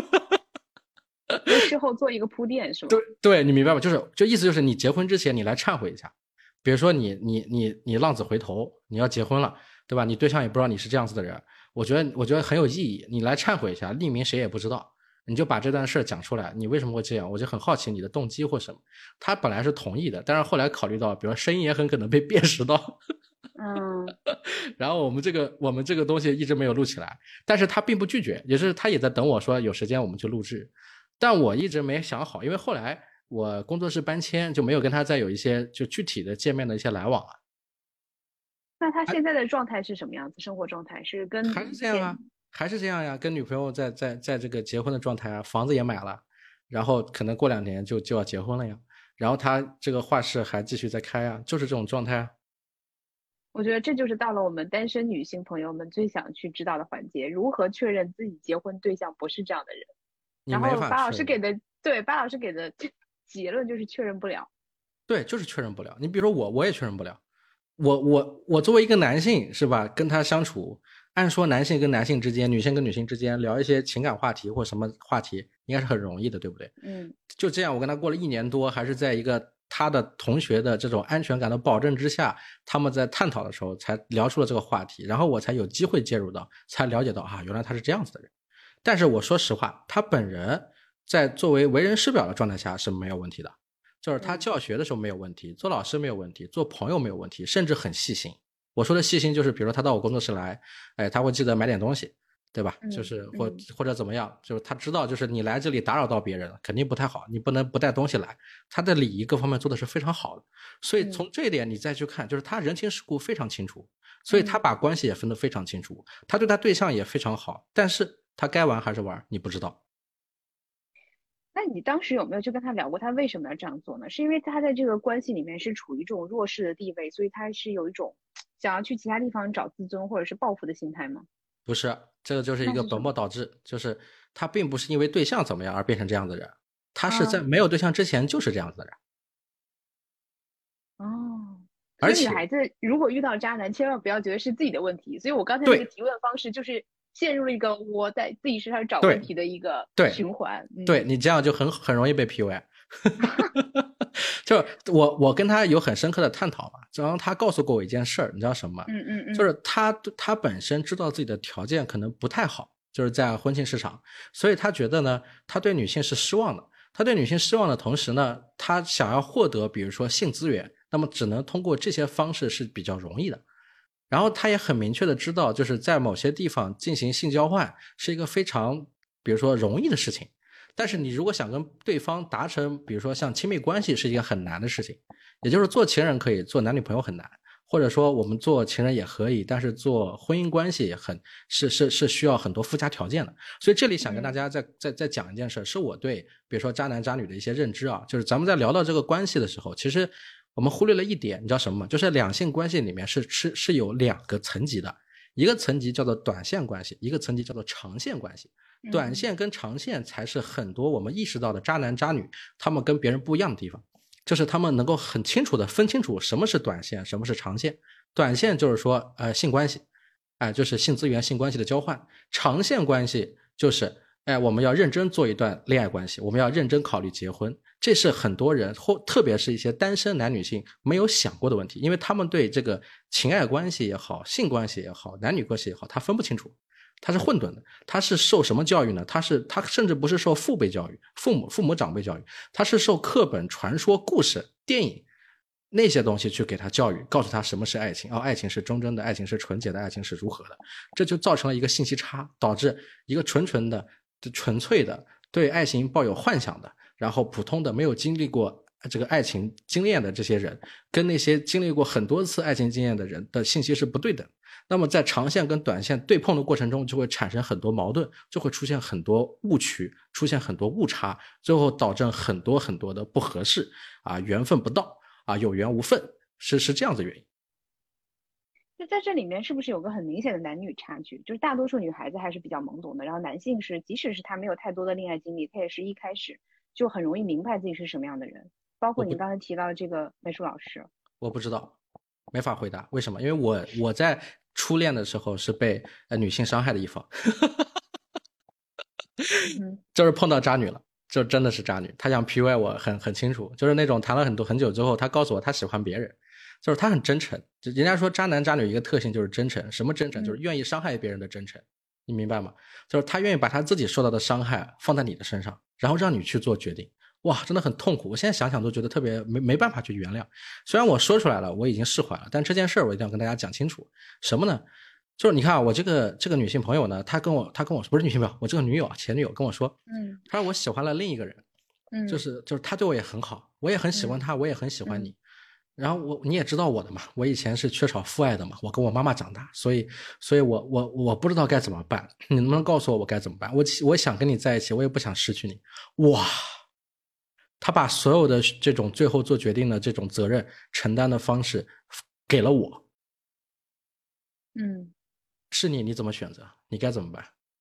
[SPEAKER 1] 事后做一个铺垫是吧？
[SPEAKER 2] 对，你明白吗？就意思就是你结婚之前你来忏悔一下，比如说你浪子回头，你要结婚了，对吧？你对象也不知道你是这样子的人，我觉得很有意义，你来忏悔一下，匿名谁也不知道，你就把这段事讲出来，你为什么会这样？我就很好奇你的动机或什么。他本来是同意的，但是后来考虑到，比如说声音也很可能被辨识到。然后我们这个东西一直没有录起来，但是他并不拒绝，也是他也在等我说有时间我们去录制。但我一直没想好，因为后来我工作室搬迁，就没有跟他再有一些就具体的见面的一些来往了。
[SPEAKER 1] 那他现在的状态是什么样子？生活状态是跟
[SPEAKER 2] 还是这样啊？还是这样呀？跟女朋友在这个结婚的状态啊，房子也买了，然后可能过2年就要结婚了呀。然后他这个画室还继续在开啊，就是这种状态啊。
[SPEAKER 1] 我觉得这就是到了我们单身女性朋友们最想去知道的环节，如何确认自己结婚对象不是这样的人。然后巴老师给的结论就是确认不了。
[SPEAKER 2] 对，就是确认不了。你比如说我也确认不了。我作为一个男性是吧，跟他相处，按说男性跟男性之间，女性跟女性之间聊一些情感话题或什么话题应该是很容易的，对不对？就这样我跟他过了1年多，还是在一个他的同学的这种安全感的保证之下，他们在探讨的时候才聊出了这个话题，然后我才有机会介入到，才了解到啊，原来他是这样子的人。但是我说实话，他本人在作为为人师表的状态下是没有问题的，就是他教学的时候没有问题，做老师没有问题，做朋友没有问题，甚至很细心。我说的细心就是比如说他到我工作室来，他会记得买点东西，对吧？就是或者怎么样，就是他知道就是你来这里打扰到别人了肯定不太好，你不能不带东西来，他的礼仪各方面做的是非常好的。所以从这一点你再去看，就是他人情世故非常清楚，所以他把关系也分得非常清楚，他对他对象也非常好，但是他该玩还是玩，你不知道。
[SPEAKER 1] 那你当时有没有就跟他聊过他为什么要这样做呢？是因为他在这个关系里面是处于这种弱势的地位，所以他是有一种想要去其他地方找自尊或者是报复的心态吗？
[SPEAKER 2] 不是，这个就是一个本末倒置，就是他并不是因为对象怎么样而变成这样的人，他是在没有对象之前就是这样子的人。
[SPEAKER 1] 所以女孩子如果遇到渣男千万不要觉得是自己的问题，所以我刚才那个提问方式就是陷入了一个我在自己身上找问题的一个循环。
[SPEAKER 2] 对，你这样就很容易被 PUA。就我跟他有很深刻的探讨嘛，然后他告诉过我一件事儿，你知道什么吗？就是他本身知道自己的条件可能不太好，就是在婚庆市场，所以他觉得呢，他对女性是失望的。他对女性失望的同时呢，他想要获得比如说性资源，那么只能通过这些方式是比较容易的。然后他也很明确的知道，就是在某些地方进行性交换是一个非常比如说容易的事情，但是你如果想跟对方达成比如说像亲密关系是一件很难的事情，也就是做情人可以，做男女朋友很难，或者说我们做情人也可以，但是做婚姻关系也是需要很多附加条件的。所以这里想跟大家再讲一件事，是我对比如说渣男渣女的一些认知啊，就是咱们在聊到这个关系的时候，其实我们忽略了一点，你知道什么吗？就是两性关系里面是有2个层级的，一个层级叫做短线关系，一个层级叫做长线关系。短线跟长线才是很多我们意识到的渣男渣女他们跟别人不一样的地方，就是他们能够很清楚的分清楚什么是短线，什么是长线。短线就是说性关系，就是性资源性关系的交换。长线关系就是哎，我们要认真做一段恋爱关系，我们要认真考虑结婚，这是很多人或特别是一些单身男女性没有想过的问题，因为他们对这个情爱关系也好，性关系也好，男女关系也好，他分不清楚，他是混沌的，他是受什么教育呢？他甚至不是受父辈教育，父母长辈教育，他是受课本、传说、故事、电影那些东西去给他教育，告诉他什么是爱情，爱情是忠贞的，爱情是纯洁的，爱情是如何的，这就造成了一个信息差，导致一个纯粹的对爱情抱有幻想的，然后普通的没有经历过这个爱情经验的这些人，跟那些经历过很多次爱情经验的人的信息是不对等。那么在长线跟短线对碰的过程中，就会产生很多矛盾，就会出现很多误区，出现很多误差，最后导致很多的不合适缘分不到有缘无分，是这样的原因。
[SPEAKER 1] 就在这里面是不是有个很明显的男女差距？就是大多数女孩子还是比较懵懂的，然后男性是即使是他没有太多的恋爱经历，他也是一开始就很容易明白自己是什么样的人。包括您刚才提到这个美术老师，
[SPEAKER 2] 我不知道，没法回答为什么，因为我在初恋的时候是被女性伤害的一方就是碰到渣女了，就真的是渣女，她想 PUA 我很清楚，就是那种谈了很久之后，她告诉我她喜欢别人，就是她很真诚，就人家说渣男渣女一个特性就是真诚，什么真诚？就是愿意伤害别人的真诚，你明白吗？就是他愿意把他自己受到的伤害放在你的身上，然后让你去做决定。哇，真的很痛苦，我现在想想都觉得特别没办法去原谅。虽然我说出来了，我已经释怀了，但这件事我一定要跟大家讲清楚。什么呢？就是你看我这个女性朋友呢，她跟我说，不是女性朋友，我这个女友前女友跟我说，她说我喜欢了另一个人，就是她对我也很好，我也很喜欢她，我也很喜欢你。然后你也知道我的嘛，我以前是缺少父爱的嘛，我跟我妈妈长大，所以我不知道该怎么办，你能不能告诉我该怎么办？我想跟你在一起，我也不想失去你。哇，他把所有的这种最后做决定的这种责任承担的方式给了我。是你怎么选择？你该怎么办？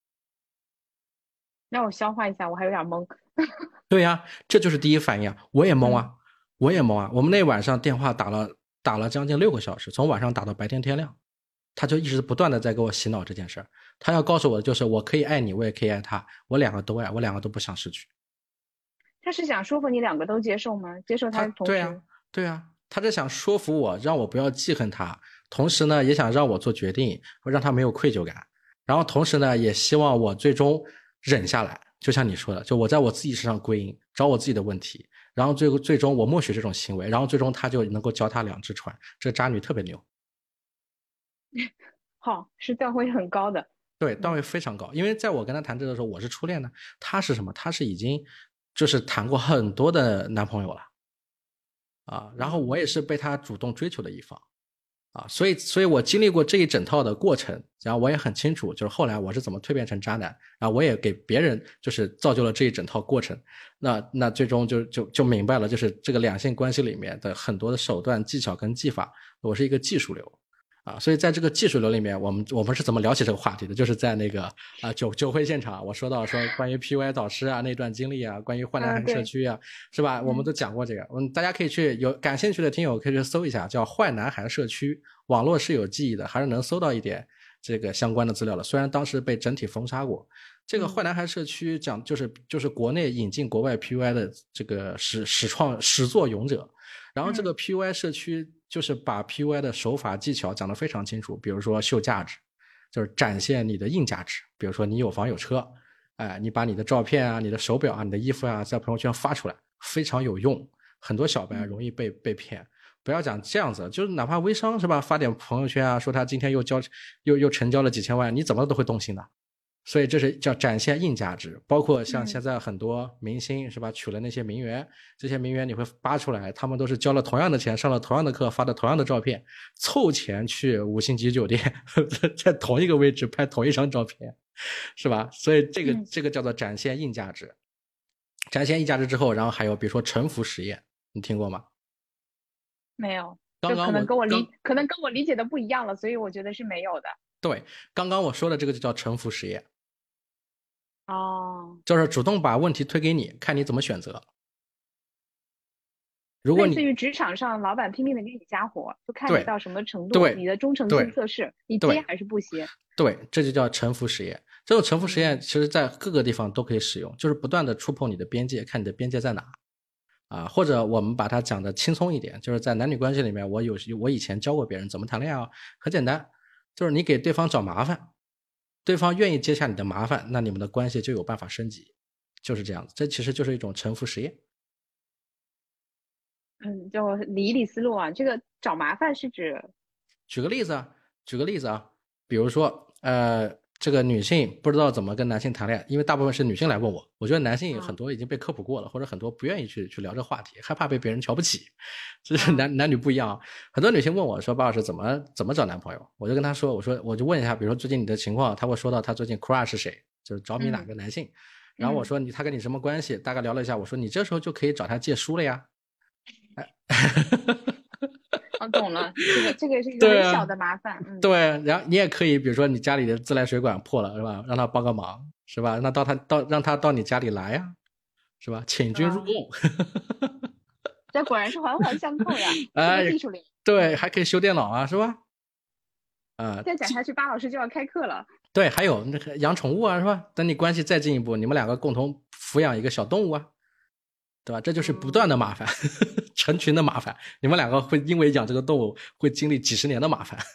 [SPEAKER 1] 让我消化一下，我还有点懵。
[SPEAKER 2] 对呀，这就是第一反应啊，我也懵啊。我们那晚上电话打了将近6个小时，从晚上打到白天天亮，他就一直不断的在给我洗脑这件事儿。他要告诉我的就是我可以爱你，我也可以爱他，我两个都爱，我两个都不想失去。
[SPEAKER 1] 他是想说服你两个都接受吗？接受他的同时，
[SPEAKER 2] 对啊，他是想说服我，让我不要记恨他，同时呢也想让我做决定，让他没有愧疚感，然后同时呢也希望我最终忍下来，就像你说的，就我在我自己身上归因，找我自己的问题，然后最终我默许这种行为，然后最终他就能够脚踏2只船，这渣女特别牛。
[SPEAKER 1] 好，是段位很高的。
[SPEAKER 2] 对，段位非常高，因为在我跟他谈这个的时候，我是初恋呢，他是什么？他是已经就是谈过很多的男朋友了然后我也是被他主动追求的一方所以我经历过这一整套的过程，然后我也很清楚，就是后来我是怎么蜕变成渣男，然后我也给别人就是造就了这一整套过程，那最终就明白了，就是这个两性关系里面的很多的手段技巧跟技法，我是一个技术流所以在这个技术流里面，我们是怎么聊起这个话题的？就是在那个酒会现场，我说到说关于 PUA 导师那段经历关于坏男孩社区是吧？我们都讲过这个，大家可以去有感兴趣的听友可以去搜一下，叫坏男孩社区，网络是有记忆的，还是能搜到一点这个相关的资料的。虽然当时被整体封杀过，这个坏男孩社区讲就是国内引进国外 PUA 的这个始作俑者。然后这个 PUI 社区就是把 PUI 的手法技巧讲得非常清楚，比如说秀价值，就是展现你的硬价值，比如说你有房有车，你把你的照片你的手表你的衣服在朋友圈发出来，非常有用，很多小白容易被骗。不要讲这样子，就是哪怕微商是吧，发点朋友圈说他今天又成交了几千万，你怎么都会动心的。所以这是叫展现硬价值，包括像现在很多明星是吧，娶了那些名媛，这些名媛你会扒出来，他们都是交了同样的钱，上了同样的课，发的同样的照片，凑钱去5星级酒店在同一个位置拍同一张照片，是吧？所以这个叫做展现硬价值。展现硬价值之后，然后还有比如说臣服实验，你听过吗？
[SPEAKER 1] 没有，可能跟我理解的不一样了，所以我觉得是没有的。
[SPEAKER 2] 对，刚刚我说的这个就叫臣服实验。
[SPEAKER 1] 就是
[SPEAKER 2] 主动把问题推给你，看你怎么选择。如果
[SPEAKER 1] 类似于职场上老板拼命的给你加活，就看你到什么程度，你的忠诚性测试，你接还是不接。
[SPEAKER 2] 对，这就叫臣服实验。 这种沉浮实验其实在各个地方都可以使用，就是不断的触碰你的边界，看你的边界在哪啊。或者我们把它讲的轻松一点，就是在男女关系里面，我以前教过别人怎么谈恋爱啊，很简单，就是你给对方找麻烦，对方愿意接下你的麻烦，那你们的关系就有办法升级，就是这样子。这其实就是一种沉浮实验。
[SPEAKER 1] 就理一理思路啊。这个找麻烦是指，
[SPEAKER 2] 举个例子啊，比如说这个女性不知道怎么跟男性谈恋爱，因为大部分是女性来问我，我觉得男性很多已经被科普过了，或者很多不愿意去聊这个话题，害怕被别人瞧不起，这是男女不一样啊。很多女性问我说，巴老师怎么找男朋友，我就跟她说，我就问一下，比如说最近你的情况，她会说到她最近 crush 是谁，就是着迷哪个男性，然后我说他跟你什么关系，大概聊了一下，我说你这时候就可以找他借书了呀。
[SPEAKER 1] 懂了，这个是一个很小的麻烦。
[SPEAKER 2] 对，然后你也可以，比如说你家里的自来水管破了，是吧？让他帮个忙，是吧？那让他到你家里来呀，是吧？请君入瓮。
[SPEAKER 1] 这果然是环环相扣呀，技术流。
[SPEAKER 2] 对，还可以修电脑啊，是吧？
[SPEAKER 1] 再讲下去，巴老师就要开课了。
[SPEAKER 2] 对，还有那个养宠物啊，是吧？等你关系再进一步，你们两个共同抚养一个小动物啊，对吧？这就是不断的麻烦，成群的麻烦，你们两个会因为养这个动物会经历几十年的麻烦。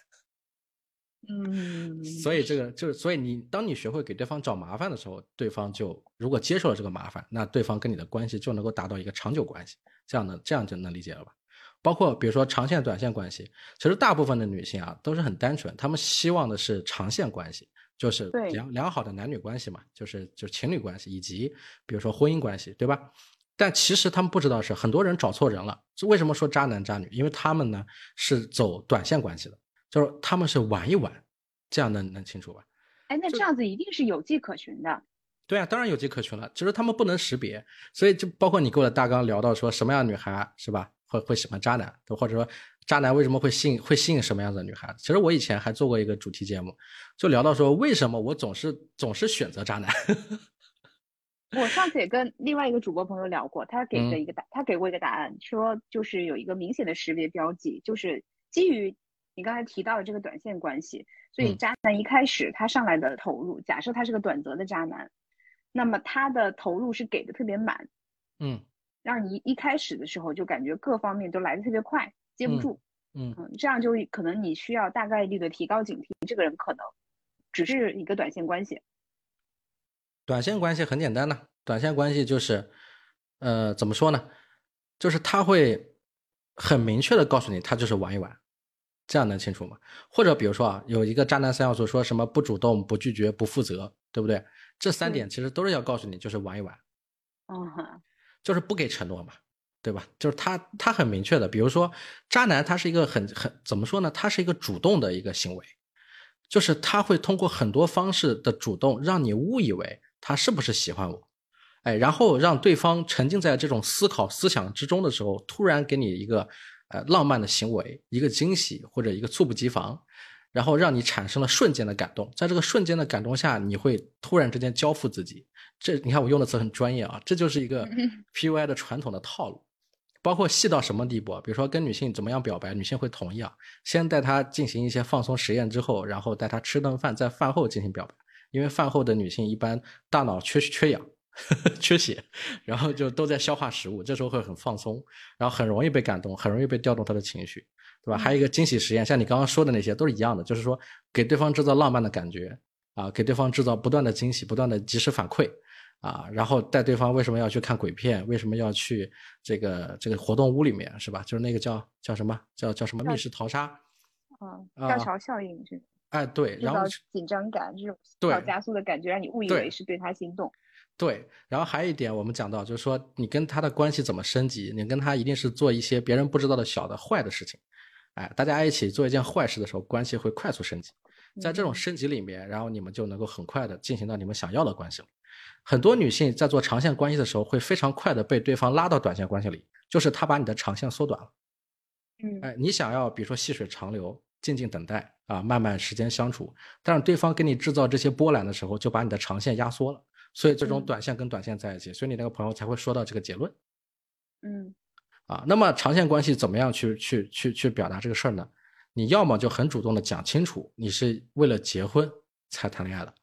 [SPEAKER 2] 所以当你学会给对方找麻烦的时候，对方就如果接受了这个麻烦，那对方跟你的关系就能够达到一个长久关系。这样就能理解了吧？包括比如说长线短线关系，其实大部分的女性啊都是很单纯，她们希望的是长线关系，就是良好的男女关系嘛，就是情侣关系以及比如说婚姻关系，对吧？但其实他们不知道是很多人找错人了。为什么说渣男渣女？因为他们呢是走短线关系的，就是他们是玩一玩，这样能清楚吧？
[SPEAKER 1] 那这样子一定是有迹可循的。
[SPEAKER 2] 对啊，当然有迹可循了，只是他们不能识别。所以就包括你给我的大纲聊到说什么样的女孩是吧会喜欢渣男，或者说渣男为什么会吸引什么样的女孩？其实我以前还做过一个主题节目，就聊到说为什么我总是选择渣男。
[SPEAKER 1] 我上次也跟另外一个主播朋友聊过，他给过一个答案，说就是有一个明显的识别标记，就是基于你刚才提到的这个短线关系，所以渣男一开始他上来的投入，假设他是个短则的渣男，那么他的投入是给的特别满，让你一开始的时候就感觉各方面都来的特别快，接不住，这样就可能你需要大概率的提高警惕，这个人可能只是一个短线关系。
[SPEAKER 2] 短线关系很简单的，短线关系就是怎么说呢，就是他会很明确的告诉你他就是玩一玩，这样能清楚吗？或者比如说啊，有一个渣男3要素，说什么不主动、不拒绝、不负责，对不对？这3点其实都是要告诉你就是玩一玩，就是不给承诺嘛，对吧？就是他很明确的，比如说渣男他是一个很怎么说呢，他是一个主动的一个行为，就是他会通过很多方式的主动让你误以为他是不是喜欢我，然后让对方沉浸在这种思想之中的时候，突然给你一个浪漫的行为，一个惊喜或者一个猝不及防，然后让你产生了瞬间的感动，在这个瞬间的感动下，你会突然之间交付自己。这你看我用的词很专业啊，这就是一个 PUI 的传统的套路。包括细到什么地步，比如说跟女性怎么样表白，女性会同意啊，先带她进行一些放松实验之后，然后带她吃顿饭，在饭后进行表白，因为饭后的女性一般大脑缺氧缺血，然后就都在消化食物，这时候会很放松，然后很容易被感动，很容易被调动她的情绪，对吧？还有一个惊喜实验，像你刚刚说的那些都是一样的，就是说给对方制造浪漫的感觉啊，给对方制造不断的惊喜，不断的及时反馈啊，然后带对方为什么要去看鬼片，为什么要去这个活动屋里面，是吧？就是那个叫什么叫什么密室逃杀，
[SPEAKER 1] 吊桥效应是。
[SPEAKER 2] 对，然后
[SPEAKER 1] 紧张感，这种小加速的感觉，让你误以为是对他心动。
[SPEAKER 2] 对，然后还有一点我们讲到，就是说你跟他的关系怎么升级，你跟他一定是做一些别人不知道的小的坏的事情，大家一起做一件坏事的时候，关系会快速升级。在这种升级里面，然后你们就能够很快的进行到你们想要的关系了。很多女性在做长线关系的时候，会非常快的被对方拉到短线关系里，就是他把你的长线缩短了。你想要比如说细水长流，静静等待啊，慢慢时间相处，但是对方给你制造这些波澜的时候，就把你的长线压缩了，所以这种短线跟短线在一起，所以你那个朋友才会说到这个结论。那么长线关系怎么样去表达这个事儿呢？你要么就很主动的讲清楚，你是为了结婚才谈恋爱的，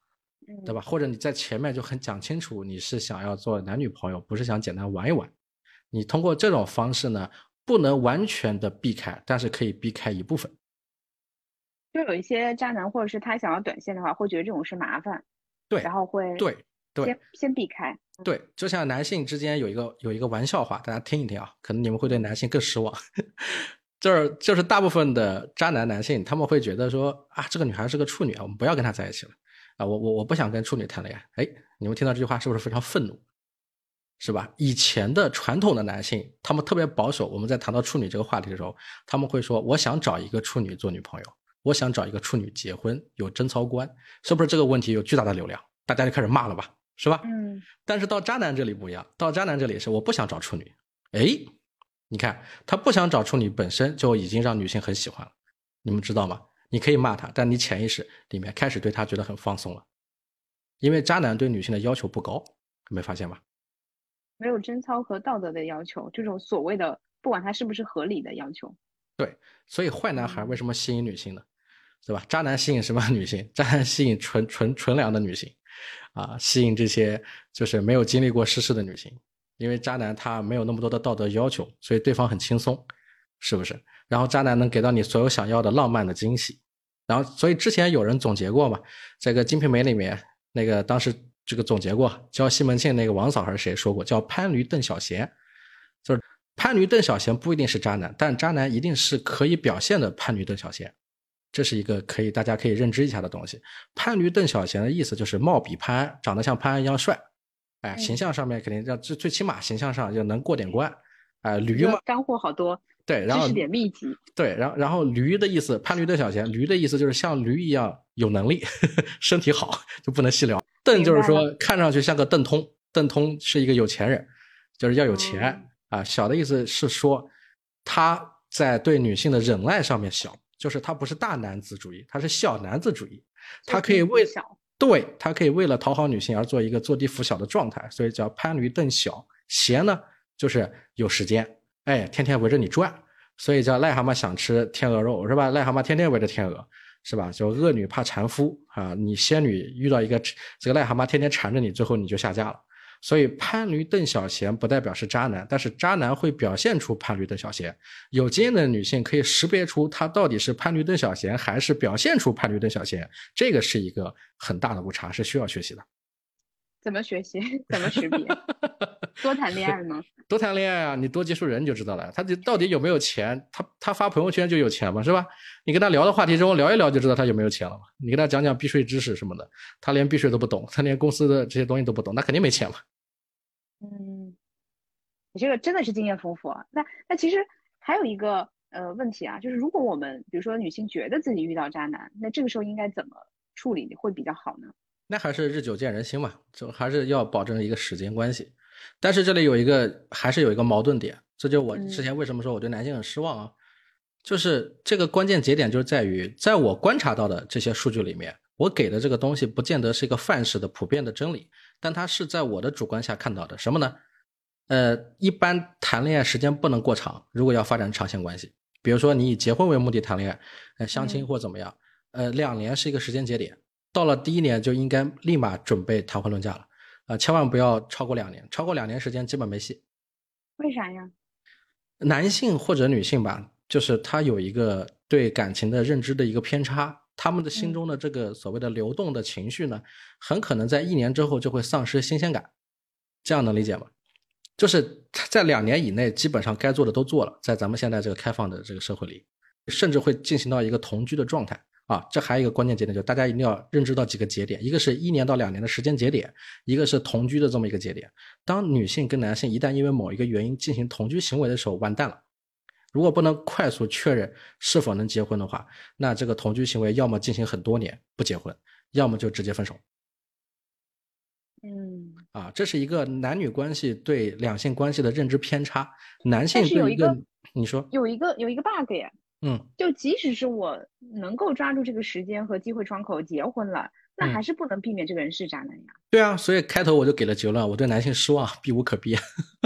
[SPEAKER 2] 对吧？或者你在前面就很讲清楚你是想要做男女朋友，不是想简单玩一玩。你通过这种方式呢，不能完全的避开，但是可以避开一部分。
[SPEAKER 1] 就有一些渣男，或者是他想要短线的话，会觉得这种是麻烦，
[SPEAKER 2] 对，
[SPEAKER 1] 然后会先避开。
[SPEAKER 2] 对，就像男性之间有一个玩笑话，大家听一听啊，可能你们会对男性更失望。就是大部分的渣男男性，他们会觉得说啊，这个女孩是个处女啊，我们不要跟她在一起了啊，我不想跟处女谈恋爱。哎，你们听到这句话是不是非常愤怒？是吧？以前的传统的男性，他们特别保守。我们在谈到处女这个话题的时候，他们会说：“我想找一个处女做女朋友，我想找一个处女结婚，有贞操观。”是不是这个问题有巨大的流量？大家就开始骂了吧，是吧？但是到渣男这里不一样，到渣男这里是我不想找处女。哎，你看他不想找处女本身就已经让女性很喜欢了，你们知道吗？你可以骂他，但你潜意识里面开始对他觉得很放松了，因为渣男对女性的要求不高，没发现吗？
[SPEAKER 1] 没有贞操和道德的要求，这种所谓的不管它是不是合理的要求。
[SPEAKER 2] 对，所以坏男孩为什么吸引女性呢？对吧？渣男吸引什么女性？渣男吸引纯良的女性，啊，吸引这些就是没有经历过世事的女性，因为渣男他没有那么多的道德要求，所以对方很轻松，是不是？然后渣男能给到你所有想要的浪漫的惊喜，然后所以之前有人总结过嘛，这个《金瓶梅》里面那个当时这个总结过，叫西门庆那个王嫂还是谁说过，叫潘驴邓小闲，就是潘驴邓小闲不一定是渣男，但渣男一定是可以表现的潘驴邓小闲。这是一个大家可以认知一下的东西。潘驴邓小闲的意思就是貌比潘安，长得像潘安一样帅，哎，形象上面肯定要最起码形象上要能过点关，哎，驴嘛，
[SPEAKER 1] 干货好多，
[SPEAKER 2] 对，然后
[SPEAKER 1] 知识点密集，
[SPEAKER 2] 对，然后驴的意思，潘驴邓小闲，驴的意思就是像驴一样有能力，身体好，就不能细聊。邓就是说看上去像个邓通，邓通是一个有钱人，就是要有钱啊。小的意思是说他在对女性的忍耐上面小。就是他不是大男子主义，他是小男子主义，他可以为了讨好女性而做一个坐地俯小的状态，所以叫潘驴邓小。闲呢就是有时间，哎，天天围着你转，所以叫癞蛤蟆想吃天鹅肉，是吧？癞蛤蟆天天围着天鹅，是吧？就恶女怕缠夫啊，你仙女遇到一个这个癞蛤蟆天天缠着你，最后你就下嫁了。所以潘驴邓小闲不代表是渣男，但是渣男会表现出潘驴邓小闲。有经验的女性可以识别出他到底是潘驴邓小闲还是表现出潘驴邓小闲，这个是一个很大的误差，是需要学习的。
[SPEAKER 1] 怎么学习？怎么识别？多谈恋爱吗？
[SPEAKER 2] 多谈恋爱啊，你多接触人就知道了。他到底有没有钱？他发朋友圈就有钱嘛，是吧？你跟他聊的话题中聊一聊就知道他有没有钱了嘛。你跟他讲讲避税知识什么的，他连避税都不懂，他连公司的这些东西都不懂，那肯定没钱嘛。
[SPEAKER 1] 你这个真的是经验丰富啊。那其实还有一个问题啊，就是如果我们比如说女性觉得自己遇到渣男，那这个时候应该怎么处理会比较好呢？
[SPEAKER 2] 那还是日久见人心嘛，就还是要保证一个时间关系。但是这里还是有一个矛盾点，这就我之前为什么说我对男性很失望啊，就是这个关键节点就是在于，在我观察到的这些数据里面，我给的这个东西不见得是一个范式的普遍的真理，但它是在我的主观下看到的。什么呢？一般谈恋爱时间不能过长，如果要发展长线关系，比如说你以结婚为目的谈恋爱，相亲或怎么样，2年是一个时间节点，到了第1年就应该立马准备谈婚论嫁了，千万不要超过2年，超过2年时间基本没戏。
[SPEAKER 1] 为啥呀？
[SPEAKER 2] 男性或者女性吧，就是他有一个对感情的认知的一个偏差，他们的心中的这个所谓的流动的情绪呢，很可能在1年之后就会丧失新鲜感，这样能理解吗？就是在2年以内基本上该做的都做了，在咱们现在这个开放的这个社会里，甚至会进行到一个同居的状态啊。这还有一个关键节点，就是大家一定要认知到几个节点，一个是1年到2年的时间节点，一个是同居的这么一个节点。当女性跟男性一旦因为某一个原因进行同居行为的时候，完蛋了。如果不能快速确认是否能结婚的话，那这个同居行为要么进行很多年不结婚，要么就直接分手。这是一个男女关系对两性关系的认知偏差。男性对一个，你说
[SPEAKER 1] 有一个 bug 呀，就即使是我能够抓住这个时间和机会窗口结婚了，那还是不能避免这个人是渣男呀。
[SPEAKER 2] 对啊，所以开头我就给了结论，我对男性失望，避无可避。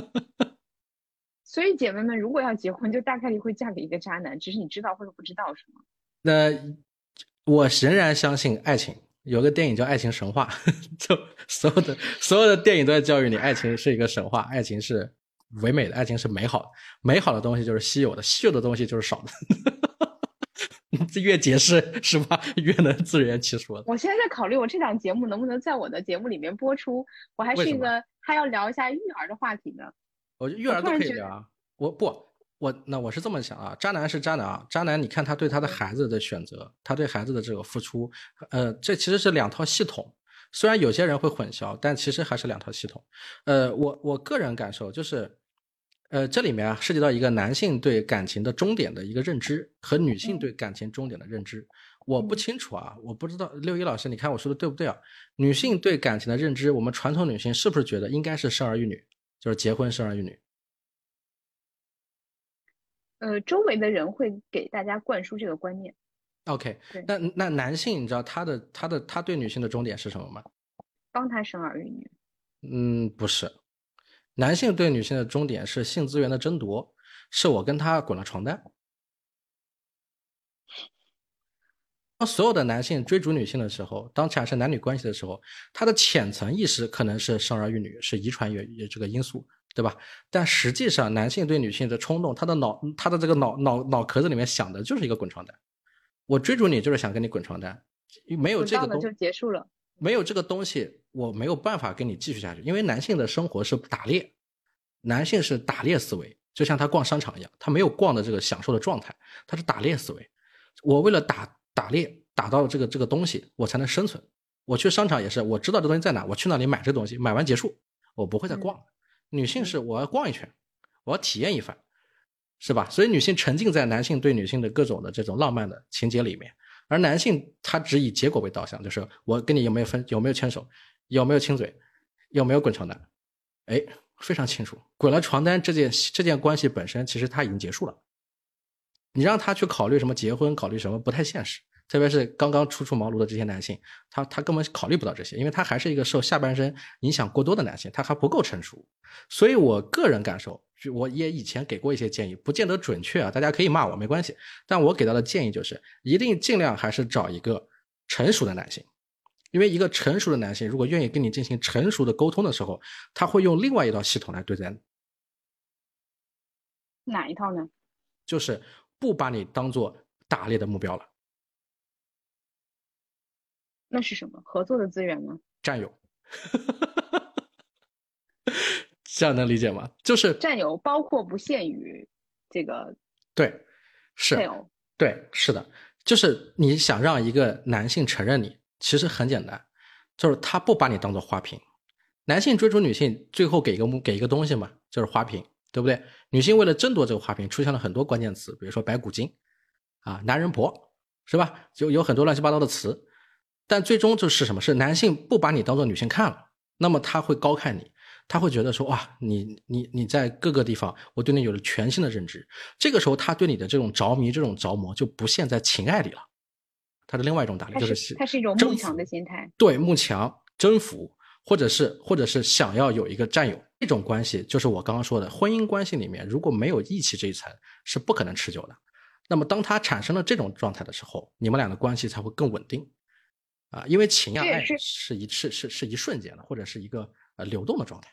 [SPEAKER 1] 所以姐妹们，如果要结婚，就大概率会嫁给一个渣男，只是你知道或者不知道，是吗？
[SPEAKER 2] 那我仍然相信爱情， 有个电影叫《爱情神话》，就所有的电影都在教育你，爱情是一个神话，爱情是唯美的，爱情是美好的，美好的东西就是稀有的，稀有的东西就是少的。越解释是吧，越能自圆其说。
[SPEAKER 1] 我现在在考虑，我这档节目能不能在我的节目里面播出？我还是一个还要聊一下育儿的话题呢。
[SPEAKER 2] 我觉得育儿都可以聊啊。我是这么想啊，渣男是渣男啊，渣男你看他对他的孩子的选择，他对孩子的这个付出，这其实是两套系统。虽然有些人会混淆，但其实还是两套系统。我个人感受就是，这里面啊涉及到一个男性对感情的终点的一个认知和女性对感情终点的认知。我不清楚啊，我不知道六一老师，你看我说的对不对啊？女性对感情的认知，我们传统女性是不是觉得应该是生儿育女，就是结婚生儿育女？
[SPEAKER 1] 周围的人会给大家灌输这个观念。
[SPEAKER 2] OK，那男性你知道他对女性的终点是什么吗？
[SPEAKER 1] 帮他生儿育女。
[SPEAKER 2] 不是，男性对女性的终点是性资源的争夺，是我跟他滚了床单。当所有的男性追逐女性的时候，当产生男女关系的时候，他的浅层意识可能是生儿育女，是遗传这个因素，对吧？但实际上，男性对女性的冲动，他的这个脑壳子里面想的就是一个滚床单。我追逐你就是想跟你滚床单，没有这个
[SPEAKER 1] 就结束了。
[SPEAKER 2] 没有这个东西，我没有办法跟你继续下去。因为男性的生活是打猎，男性是打猎思维，就像他逛商场一样，他没有逛的这个享受的状态，他是打猎思维。我为了打猎打到这个东西，我才能生存。我去商场也是，我知道这东西在哪，我去那里买这东西，买完结束，我不会再逛。女性是我要逛一圈，我要体验一番，是吧？所以女性沉浸在男性对女性的各种的这种浪漫的情节里面，而男性他只以结果为导向，就是我跟你有没有牵手，有没有亲嘴，有没有滚床单。哎，非常清楚，滚了床单这件关系本身其实他已经结束了。你让他去考虑什么结婚，考虑什么不太现实，特别是刚刚初出茅庐的这些男性，他根本考虑不到这些，因为他还是一个受下半身影响过多的男性，他还不够成熟。所以我个人感受，我也以前给过一些建议，不见得准确啊，大家可以骂我没关系，但我给到的建议就是一定尽量还是找一个成熟的男性。因为一个成熟的男性如果愿意跟你进行成熟的沟通的时候，他会用另外一套系统来对待你。
[SPEAKER 1] 哪一套呢？
[SPEAKER 2] 就是不把你当做打猎的目标了。
[SPEAKER 1] 那是什么？合作的资源吗？
[SPEAKER 2] 战友。这样能理解吗？就是
[SPEAKER 1] 战友包括不限于这个。
[SPEAKER 2] 对，是
[SPEAKER 1] 配偶。
[SPEAKER 2] 对，是的，就是你想让一个男性承认你，其实很简单，就是他不把你当做花瓶。男性追逐女性最后给一个东西嘛，就是花瓶，对不对？女性为了争夺这个花瓶出现了很多关键词，比如说白骨精啊、男人婆，是吧？就有很多乱七八糟的词。但最终就是什么？是男性不把你当做女性看了，那么他会高看你，他会觉得说哇，你在各个地方我对你有了全新的认知。这个时候他对你的这种着迷这种着魔就不陷在情爱里了，他的另外一种打猎就是
[SPEAKER 1] 他是一种慕强的心态。
[SPEAKER 2] 对，慕强征服，或者是想要有一个战友，这种关系就是我刚刚说的婚姻关系里面如果没有义气这一层是不可能持久的。那么当他产生了这种状态的时候，你们俩的关系才会更稳定啊，因为情啊爱是一瞬间的，或者是一个流动的状态。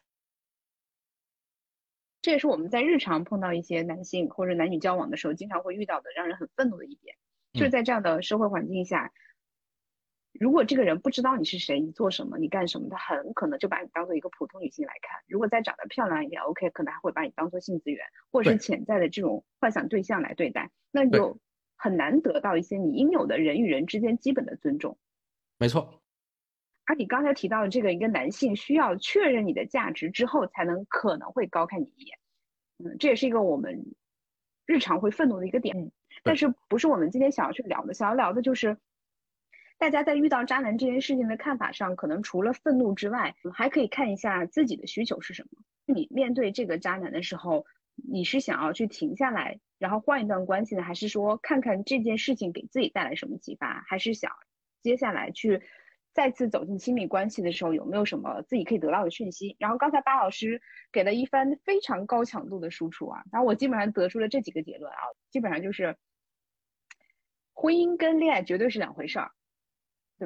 [SPEAKER 1] 这也是我们在日常碰到一些男性或者男女交往的时候经常会遇到的让人很愤怒的一点，就是在这样的社会环境下，如果这个人不知道你是谁，你做什么，你干什么，他很可能就把你当做一个普通女性来看。如果再长得漂亮一点 OK， 可能还会把你当做性资源或者是潜在的这种幻想对象来对待，那你就很难得到一些你应有的人与人之间基本的尊重。
[SPEAKER 2] 没错。
[SPEAKER 1] 而你刚才提到的这个，一个男性需要确认你的价值之后才可能会高看你一眼，这也是一个我们日常会愤怒的一个点。但是不是我们今天想要去聊的，想要聊的就是大家在遇到渣男这件事情的看法上，可能除了愤怒之外，还可以看一下自己的需求是什么。你面对这个渣男的时候，你是想要去停下来然后换一段关系呢，还是说看看这件事情给自己带来什么启发，还是想接下来去再次走进亲密关系的时候有没有什么自己可以得到的讯息。然后刚才巴老师给了一番非常高强度的输出啊，然后我基本上得出了这几个结论啊，基本上就是婚姻跟恋爱绝对是两回事儿，对吧？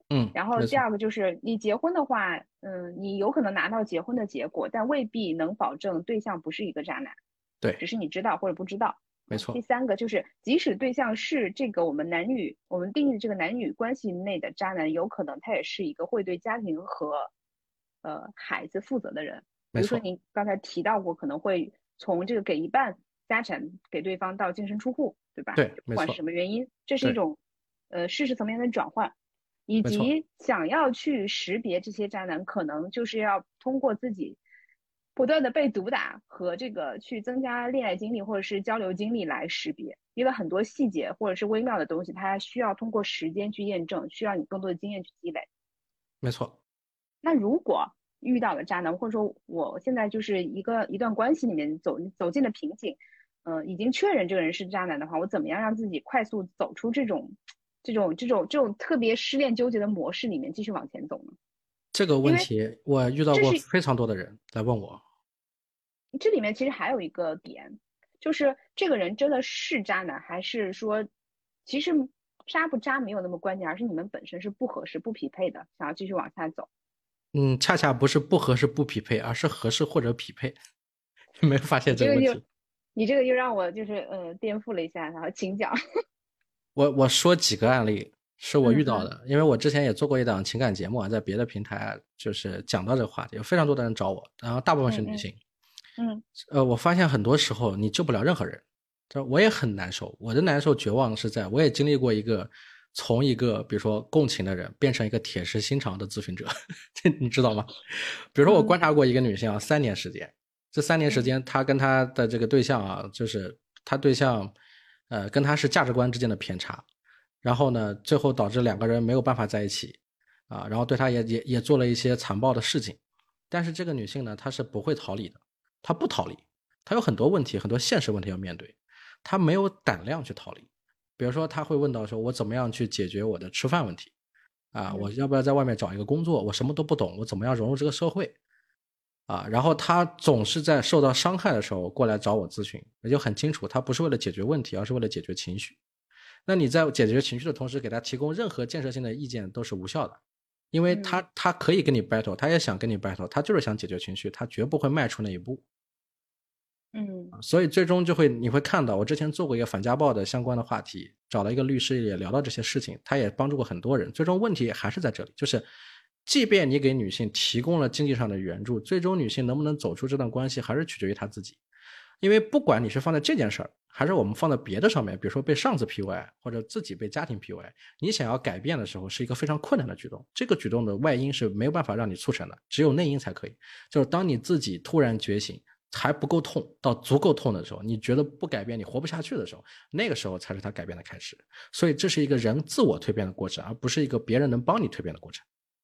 [SPEAKER 1] 然后第二个就是你结婚的话，你有可能拿到结婚的结果，但未必能保证对象不是一个渣男。
[SPEAKER 2] 对，
[SPEAKER 1] 只是你知道或者不知道。
[SPEAKER 2] 没错。
[SPEAKER 1] 第三个就是，即使对象是这个我们定义的这个男女关系内的渣男，有可能他也是一个会对家庭和孩子负责的人。比如说您刚才提到过，可能会从这个给一半家产给对方到净身出户，对吧？
[SPEAKER 2] 对，
[SPEAKER 1] 不管是什么原因，这是一种事实层面的转换。以及想要去识别这些渣男，可能就是要通过自己不断的被毒打和这个去增加恋爱经历或者是交流经历来识别，因为很多细节或者是微妙的东西，它需要通过时间去验证，需要你更多的经验去积累。
[SPEAKER 2] 没错。
[SPEAKER 1] 那如果遇到了渣男，或者说我现在就是一段关系里面走进了瓶颈，已经确认这个人是渣男的话，我怎么样让自己快速走出这种特别失恋纠结的模式里面继续往前走呢？
[SPEAKER 2] 这个问题我遇到过非常多的人来问我。
[SPEAKER 1] 这里面其实还有一个点，就是这个人真的是渣男，还是说其实渣不渣没有那么关键，而是你们本身是不合适不匹配的，想要继续往下走。
[SPEAKER 2] 恰恰不是不合适不匹配，而是合适或者匹配。没有发现这个问题？
[SPEAKER 1] 你这个又让我就是颠覆了一下，然后请讲。
[SPEAKER 2] 我说几个案例是我遇到的，因为我之前也做过一档情感节目，在别的平台就是讲到这个话题，有非常多的人找我，然后大部分是女性。我发现很多时候你救不了任何人，我也很难受。我的难受绝望是在我也经历过从一个比如说共情的人变成一个铁石心肠的咨询者你知道吗？比如说我观察过一个女性啊，3年时间，这3年时间她跟她的这个对象啊，就是她对象跟她是价值观之间的偏差，然后呢最后导致2个人没有办法在一起啊，然后对她也做了一些残暴的事情。但是这个女性呢，她是不会逃离的，她不逃离，她有很多问题，很多现实问题要面对，她没有胆量去逃离。比如说她会问到说，我怎么样去解决我的吃饭问题啊？我要不要在外面找一个工作？我什么都不懂，我怎么样融入这个社会啊？然后她总是在受到伤害的时候过来找我咨询，也就很清楚，她不是为了解决问题，而是为了解决情绪。那你在解决情绪的同时，给她提供任何建设性的意见都是无效的。因为他可以跟你 battle， 他也想跟你 battle， 他就是想解决情绪，他绝不会迈出那一步。所以最终你会看到，我之前做过一个反家暴的相关的话题，找了一个律师也聊到这些事情，他也帮助过很多人。最终问题还是在这里，就是即便你给女性提供了经济上的援助，最终女性能不能走出这段关系，还是取决于她自己。因为不管你是放在这件事儿，还是我们放在别的上面，比如说被上司 PUA 或者自己被家庭 PUA， 你想要改变的时候是一个非常困难的举动，这个举动的外因是没有办法让你促成的，只有内因才可以。就是当你自己突然觉醒还不够痛到足够痛的时候，你觉得不改变你活不下去的时候，那个时候才是他改变的开始。所以这是一个人自我蜕变的过程，而不是一个别人能帮你蜕变的过程。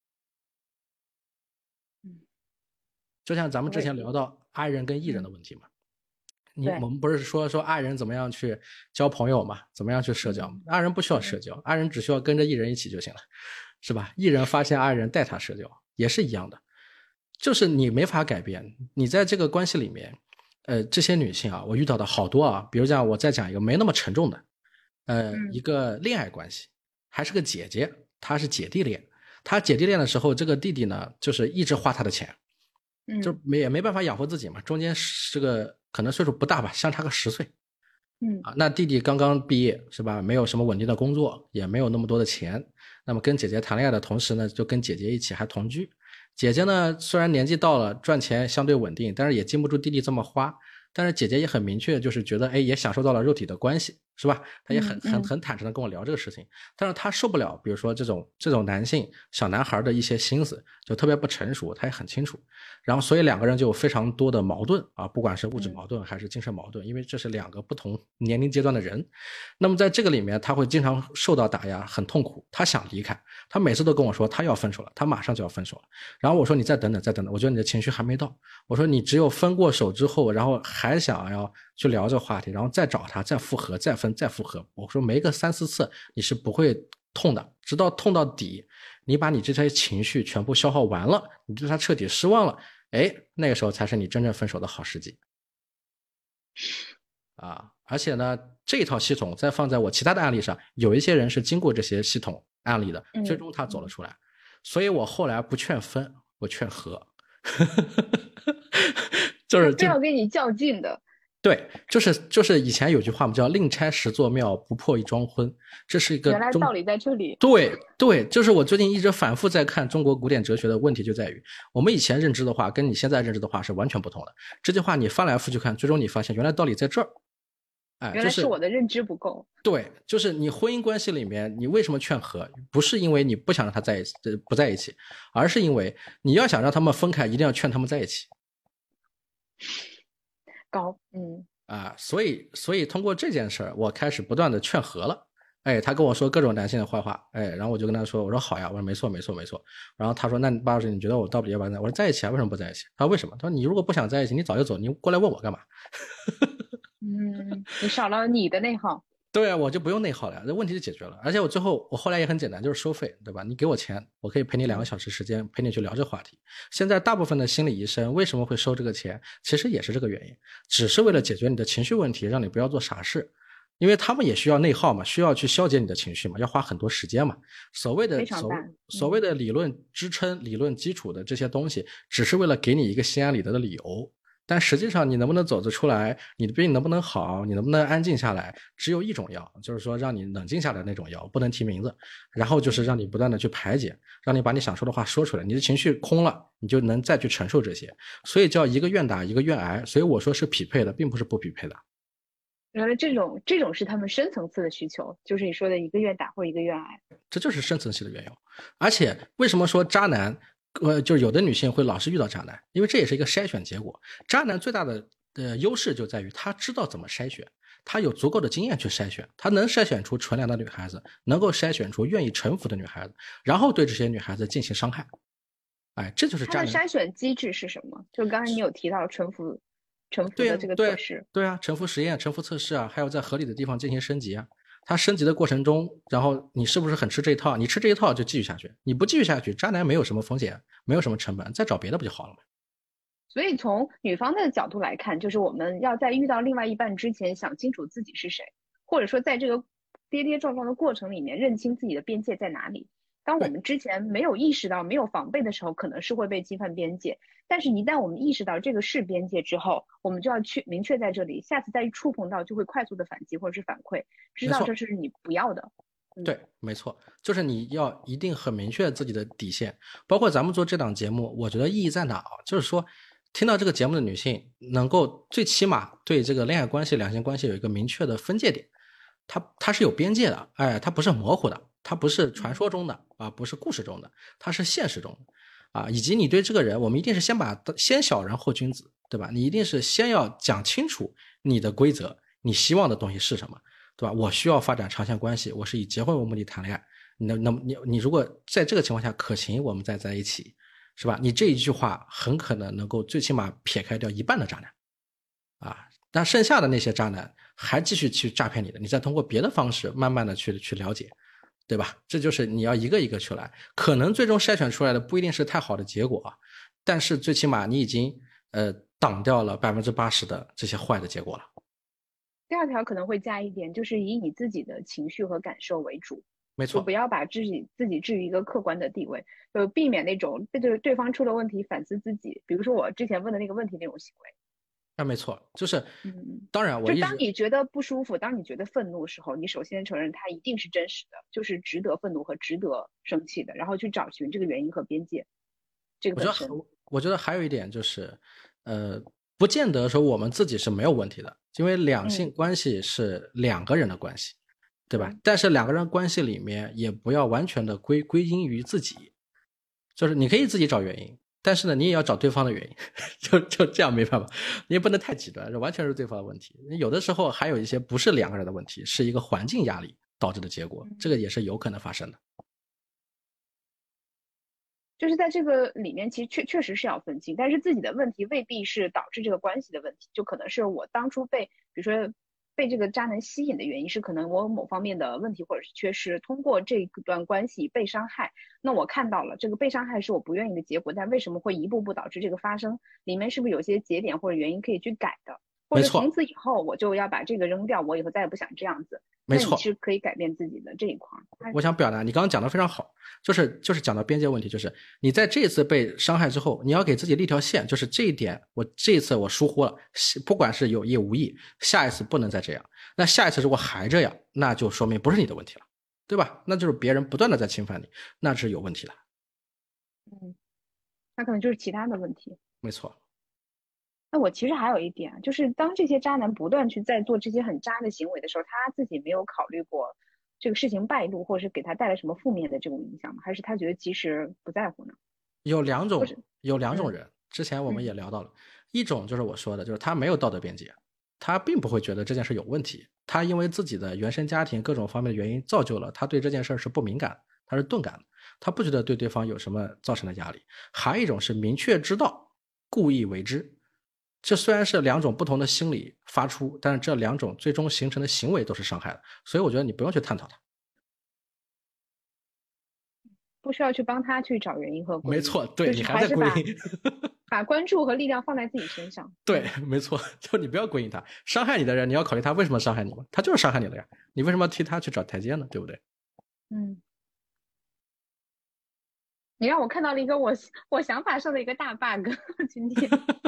[SPEAKER 2] 就像咱们之前聊到 I 人跟 E 人的问题嘛，我们不是说 I 人怎么样去交朋友嘛，怎么样去社交？I 人不需要社交，I 人只需要跟着 E 人一起就行了，是吧？E 人发现 I 人带他社交也是一样的，就是你没法改变。你在这个关系里面，这些女性啊，我遇到的好多啊，比如讲我再讲一个没那么沉重的，一个恋爱关系，还是个姐姐，她是姐弟恋，她姐弟恋的时候，这个弟弟呢，就是一直花她的钱，就也没办法养活自己嘛，中间是个可能岁数不大吧，相差个10岁。那弟弟刚刚毕业是吧？没有什么稳定的工作，也没有那么多的钱。那么跟姐姐谈恋爱的同时呢，就跟姐姐一起还同居。姐姐呢，虽然年纪到了，赚钱相对稳定，但是也经不住弟弟这么花。但是姐姐也很明确，就是觉得也享受到了肉体的关系，是吧？她也很坦诚的跟我聊这个事情。但是她受不了，比如说这种男性小男孩的一些心思，就特别不成熟，她也很清楚。然后所以2个人就有非常多的矛盾啊，不管是物质矛盾还是精神矛盾，因为这是2个不同年龄阶段的人。那么在这个里面，他会经常受到打压，很痛苦，他想离开，他每次都跟我说他要分手了，他马上就要分手了。然后我说你再等等，我觉得你的情绪还没到。我说你只有分过手之后，然后还想要去聊这个话题，然后再找他，再复合，再分，再复合。我说没个3、4次你是不会痛的，直到痛到底，你把你这些情绪全部消耗完了，你对他彻底失望了，那个时候才是你真正分手的好时机啊！而且呢，这一套系统再放在我其他的案例上，有一些人是经过这些系统案例的，最终他走了出来。所以我后来不劝分，我劝和。就是
[SPEAKER 1] 非要跟你较劲的。
[SPEAKER 2] 对，就是以前有句话嘛，叫宁拆十座庙，不破一桩婚。这是一个
[SPEAKER 1] 原来道理在这里。
[SPEAKER 2] 对，就是我最近一直反复在看中国古典哲学的问题，就在于我们以前认知的话跟你现在认知的话是完全不同的。这句话你翻来覆去看，最终你发现原来道理在这儿。
[SPEAKER 1] 原来是我的认知不够。
[SPEAKER 2] 对，就是你婚姻关系里面，你为什么劝和？不是因为你不想让他在一起，不在一起，而是因为你要想让他们分开，一定要劝他们在一起。
[SPEAKER 1] 高，
[SPEAKER 2] 所以通过这件事儿，我开始不断的劝和了。他跟我说各种男性的坏话，然后我就跟他说，我说好呀，我说没错。然后他说，那巴老师，你觉得我到底要不要在？我说在一起啊，为什么不在一起？他说为什么？他说你如果不想在一起，你早就走，你过来问我干嘛？
[SPEAKER 1] 你少了你的内耗。
[SPEAKER 2] 对啊，我就不用内耗了呀，这问题就解决了。而且我后来也很简单，就是收费，对吧？你给我钱，我可以陪你2个小时时间，陪你去聊这话题。现在大部分的心理医生为什么会收这个钱？其实也是这个原因，只是为了解决你的情绪问题，让你不要做傻事。因为他们也需要内耗嘛，需要去消解你的情绪嘛，要花很多时间嘛。所谓的理论支撑、理论基础的这些东西，只是为了给你一个心安理得的理由。但实际上你能不能走得出来，你的病能不能好，你能不能安静下来，只有一种药，就是说让你冷静下来那种药，不能提名字。然后就是让你不断的去排解，让你把你想说的话说出来，你的情绪空了，你就能再去承受这些。所以叫一个愿打一个愿挨，所以我说是匹配的，并不是不匹配的。
[SPEAKER 1] 原来这种是他们深层次的需求，就是你说的一个愿打或一个愿挨，
[SPEAKER 2] 这就是深层次的缘由。而且为什么说渣男就是有的女性会老是遇到渣男，因为这也是一个筛选结果。渣男最大的优势就在于他知道怎么筛选，他有足够的经验去筛选，他能筛选出纯良的女孩子，能够筛选出愿意臣服的女孩子，然后对这些女孩子进行伤害。这就是渣男。
[SPEAKER 1] 他的筛选机制是什么？就刚才你有提到臣服的这个测试。
[SPEAKER 2] 对啊，臣服实验、臣服测试啊，还有在合理的地方进行升级啊。它升级的过程中，然后你是不是很吃这一套？你吃这一套就继续下去，你不继续下去，渣男没有什么风险，没有什么成本，再找别的不就好了吗？
[SPEAKER 1] 所以从女方的角度来看，就是我们要在遇到另外一半之前想清楚自己是谁，或者说在这个跌跌撞撞的过程里面认清自己的边界在哪里。当我们之前没有意识到、没有防备的时候，可能是会被侵犯边界。但是，一旦我们意识到这个是边界之后，我们就要去明确在这里，下次再触碰到就会快速的反击或者是反馈，知道这是你不要的。
[SPEAKER 2] 对，没错，就是你要一定很明确自己的底线。包括咱们做这档节目，我觉得意义在哪啊？就是说，听到这个节目的女性能够最起码对这个恋爱关系、两性关系有一个明确的分界点，它是有边界的，它不是模糊的，它不是传说中的啊，不是故事中的，它是现实中的啊。以及你对这个人，我们一定是先小人后君子，对吧？你一定是先要讲清楚你的规则，你希望的东西是什么，对吧？我需要发展长线关系，我是以结婚为目的谈恋爱。你如果在这个情况下可行，我们再在一起，是吧？你这一句话很可能能够最起码撇开掉一半的渣男啊。但剩下的那些渣男还继续去诈骗你的，你再通过别的方式慢慢的去了解，对吧？这就是你要一个一个去来，可能最终筛选出来的不一定是太好的结果啊，但是最起码你已经挡掉了80%的这些坏的结果了。
[SPEAKER 1] 第二条可能会加一点，就是以你自己的情绪和感受为主，
[SPEAKER 2] 没错，
[SPEAKER 1] 就不要把自己置于一个客观的地位，就避免那种对方出了问题反思自己，比如说我之前问的那个问题那种行为。
[SPEAKER 2] 没错，就是当然
[SPEAKER 1] 就当你觉得不舒服，当你觉得愤怒的时候，你首先承认它一定是真实的，就是值得愤怒和值得生气的，然后去找寻这个原因和边界。这个本身
[SPEAKER 2] 我觉得还有一点就是不见得说我们自己是没有问题的，因为两性关系是两个人的关系，对吧？但是两个人关系里面也不要完全的归因于自己，就是你可以自己找原因，但是呢你也要找对方的原因就这样没办法，你也不能太极端，这完全是对方的问题。有的时候还有一些不是两个人的问题，是一个环境压力导致的结果，这个也是有可能发生的。
[SPEAKER 1] 就是在这个里面，其实确实是要分清，但是自己的问题未必是导致这个关系的问题，就可能是我当初比如说被这个渣男吸引的原因是可能我有某方面的问题或者是缺失，通过这段关系被伤害，那我看到了这个被伤害是我不愿意的结果，但为什么会一步步导致这个发生？里面是不是有些节点或者原因可以去改的？ 或者从此以后我就要把这个扔掉，我以后再也不想这样子。
[SPEAKER 2] 没错，
[SPEAKER 1] 你是可以改变自己的这一块。
[SPEAKER 2] 我想表达，你刚刚讲的非常好，就是讲到边界问题，就是你在这一次被伤害之后，你要给自己立条线，就是这一点，我这一次我疏忽了，不管是有意无意，下一次不能再这样。那下一次如果还这样，那就说明不是你的问题了，对吧？那就是别人不断的在侵犯你，那是有问题的。
[SPEAKER 1] 那可能就是其他的问题。
[SPEAKER 2] 没错。
[SPEAKER 1] 那我其实还有一点，就是当这些渣男不断去在做这些很渣的行为的时候，他自己没有考虑过这个事情败露，或者是给他带来什么负面的这种影响吗？还是他觉得其实不在乎呢？
[SPEAKER 2] 有两种人，之前我们也聊到了，一种就是我说的，就是他没有道德边界，他并不会觉得这件事有问题，他因为自己的原生家庭各种方面的原因造就了他对这件事是不敏感，他是钝感的，他不觉得对对方有什么造成的压力。还有一种是明确知道，故意为之。这虽然是两种不同的心理发出，但是这两种最终形成的行为都是伤害的，所以我觉得你不用去探讨它，
[SPEAKER 1] 不需要去帮他去找原因和归因。
[SPEAKER 2] 没错，对，
[SPEAKER 1] 就是、
[SPEAKER 2] 你还在归因，
[SPEAKER 1] 把关注和力量放在自己身上。
[SPEAKER 2] 对，没错，就你不要归因他，伤害你的人，你要考虑他为什么伤害你吗？他就是伤害你了呀，你为什么要替他去找台阶呢？对不对？
[SPEAKER 1] 你让我看到了一个我想法上的一个大 bug， 今天。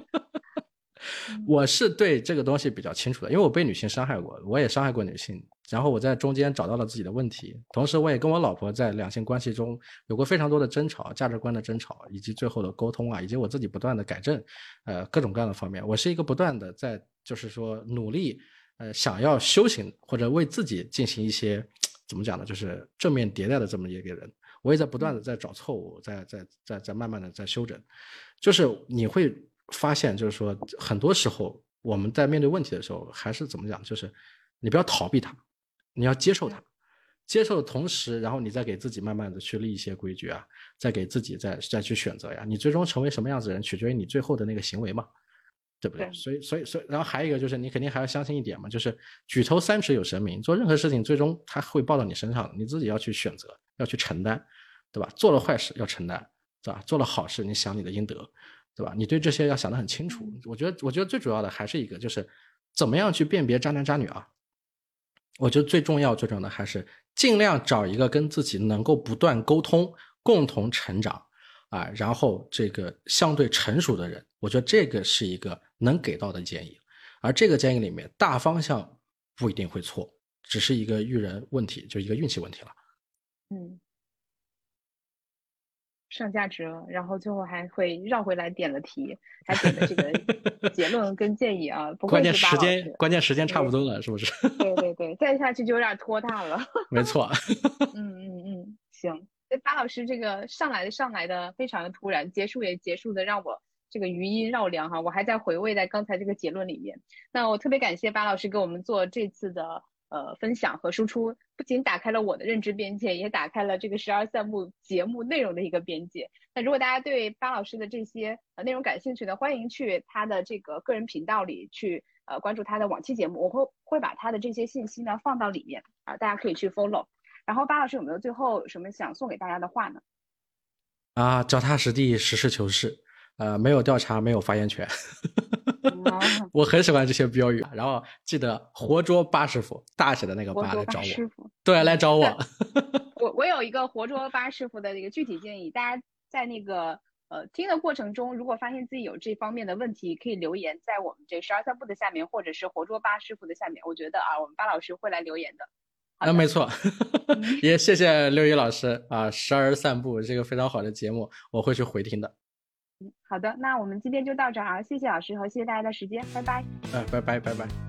[SPEAKER 2] 我是对这个东西比较清楚的，因为我被女性伤害过，我也伤害过女性，然后我在中间找到了自己的问题，同时我也跟我老婆在两性关系中有过非常多的争吵，价值观的争吵，以及最后的沟通啊，以及我自己不断的改正，各种各样的方面，我是一个不断的在就是说努力，想要修行或者为自己进行一些怎么讲呢，就是正面迭代的这么一个人，我也在不断的在找错误，在慢慢的在修正，就是你会发现，就是说很多时候我们在面对问题的时候，还是怎么讲，就是你不要逃避它，你要接受它，接受的同时，然后你再给自己慢慢的去立一些规矩啊，再给自己再去选择呀，你最终成为什么样子的人，取决于你最后的那个行为嘛，对不对？所以，然后还有一个就是你肯定还要相信一点嘛，就是举头三尺有神明，做任何事情最终它会报到你身上，你自己要去选择，要去承担，对吧？做了坏事要承担，对吧？做了好事，你想你的应得。对吧？你对这些要想得很清楚。我觉得最主要的还是一个，就是怎么样去辨别渣男渣女啊？我觉得最重要的还是尽量找一个跟自己能够不断沟通、共同成长啊，然后这个相对成熟的人，我觉得这个是一个能给到的建议。而这个建议里面，大方向不一定会错，只是一个遇人问题，就一个运气问题了。
[SPEAKER 1] 上价值了，然后最后还会绕回来点了题，还给了这个结论跟建议啊。不
[SPEAKER 2] 关键时间差不多了，是不是？
[SPEAKER 1] 对，再下去就有点拖大了。
[SPEAKER 2] 没错。
[SPEAKER 1] 行。巴老师这个上来的非常的突然，结束的让我这个余音绕梁哈，我还在回味在刚才这个结论里面。那我特别感谢巴老师给我们做这次的分享和输出，不仅打开了我的认知边界，也打开了这个12散步节目内容的一个边界。那如果大家对巴老师的这些内容感兴趣的，欢迎去他的这个个人频道里去关注他的往期节目，我会把他的这些信息呢放到里面啊，大家可以去 follow。然后巴老师有没有最后什么想送给大家的话呢？
[SPEAKER 2] 脚踏实地，实事求是，没有调查，没有发言权。我很喜欢这些标语，然后记得活捉巴师傅，大写的那个巴来找我，对，来找我。
[SPEAKER 1] 我有一个活捉巴师傅的一个具体建议，大家在那个听的过程中，如果发现自己有这方面的问题，可以留言在我们这12散步的下面，或者是活捉巴师傅的下面。我觉得啊，我们巴老师会来留言的。
[SPEAKER 2] 没错。也谢谢六一老师啊，12散步这个非常好的节目，我会去回听的。
[SPEAKER 1] 好的，那我们今天就到这儿啊，谢谢老师和谢谢大家的时间，拜拜。
[SPEAKER 2] 拜拜。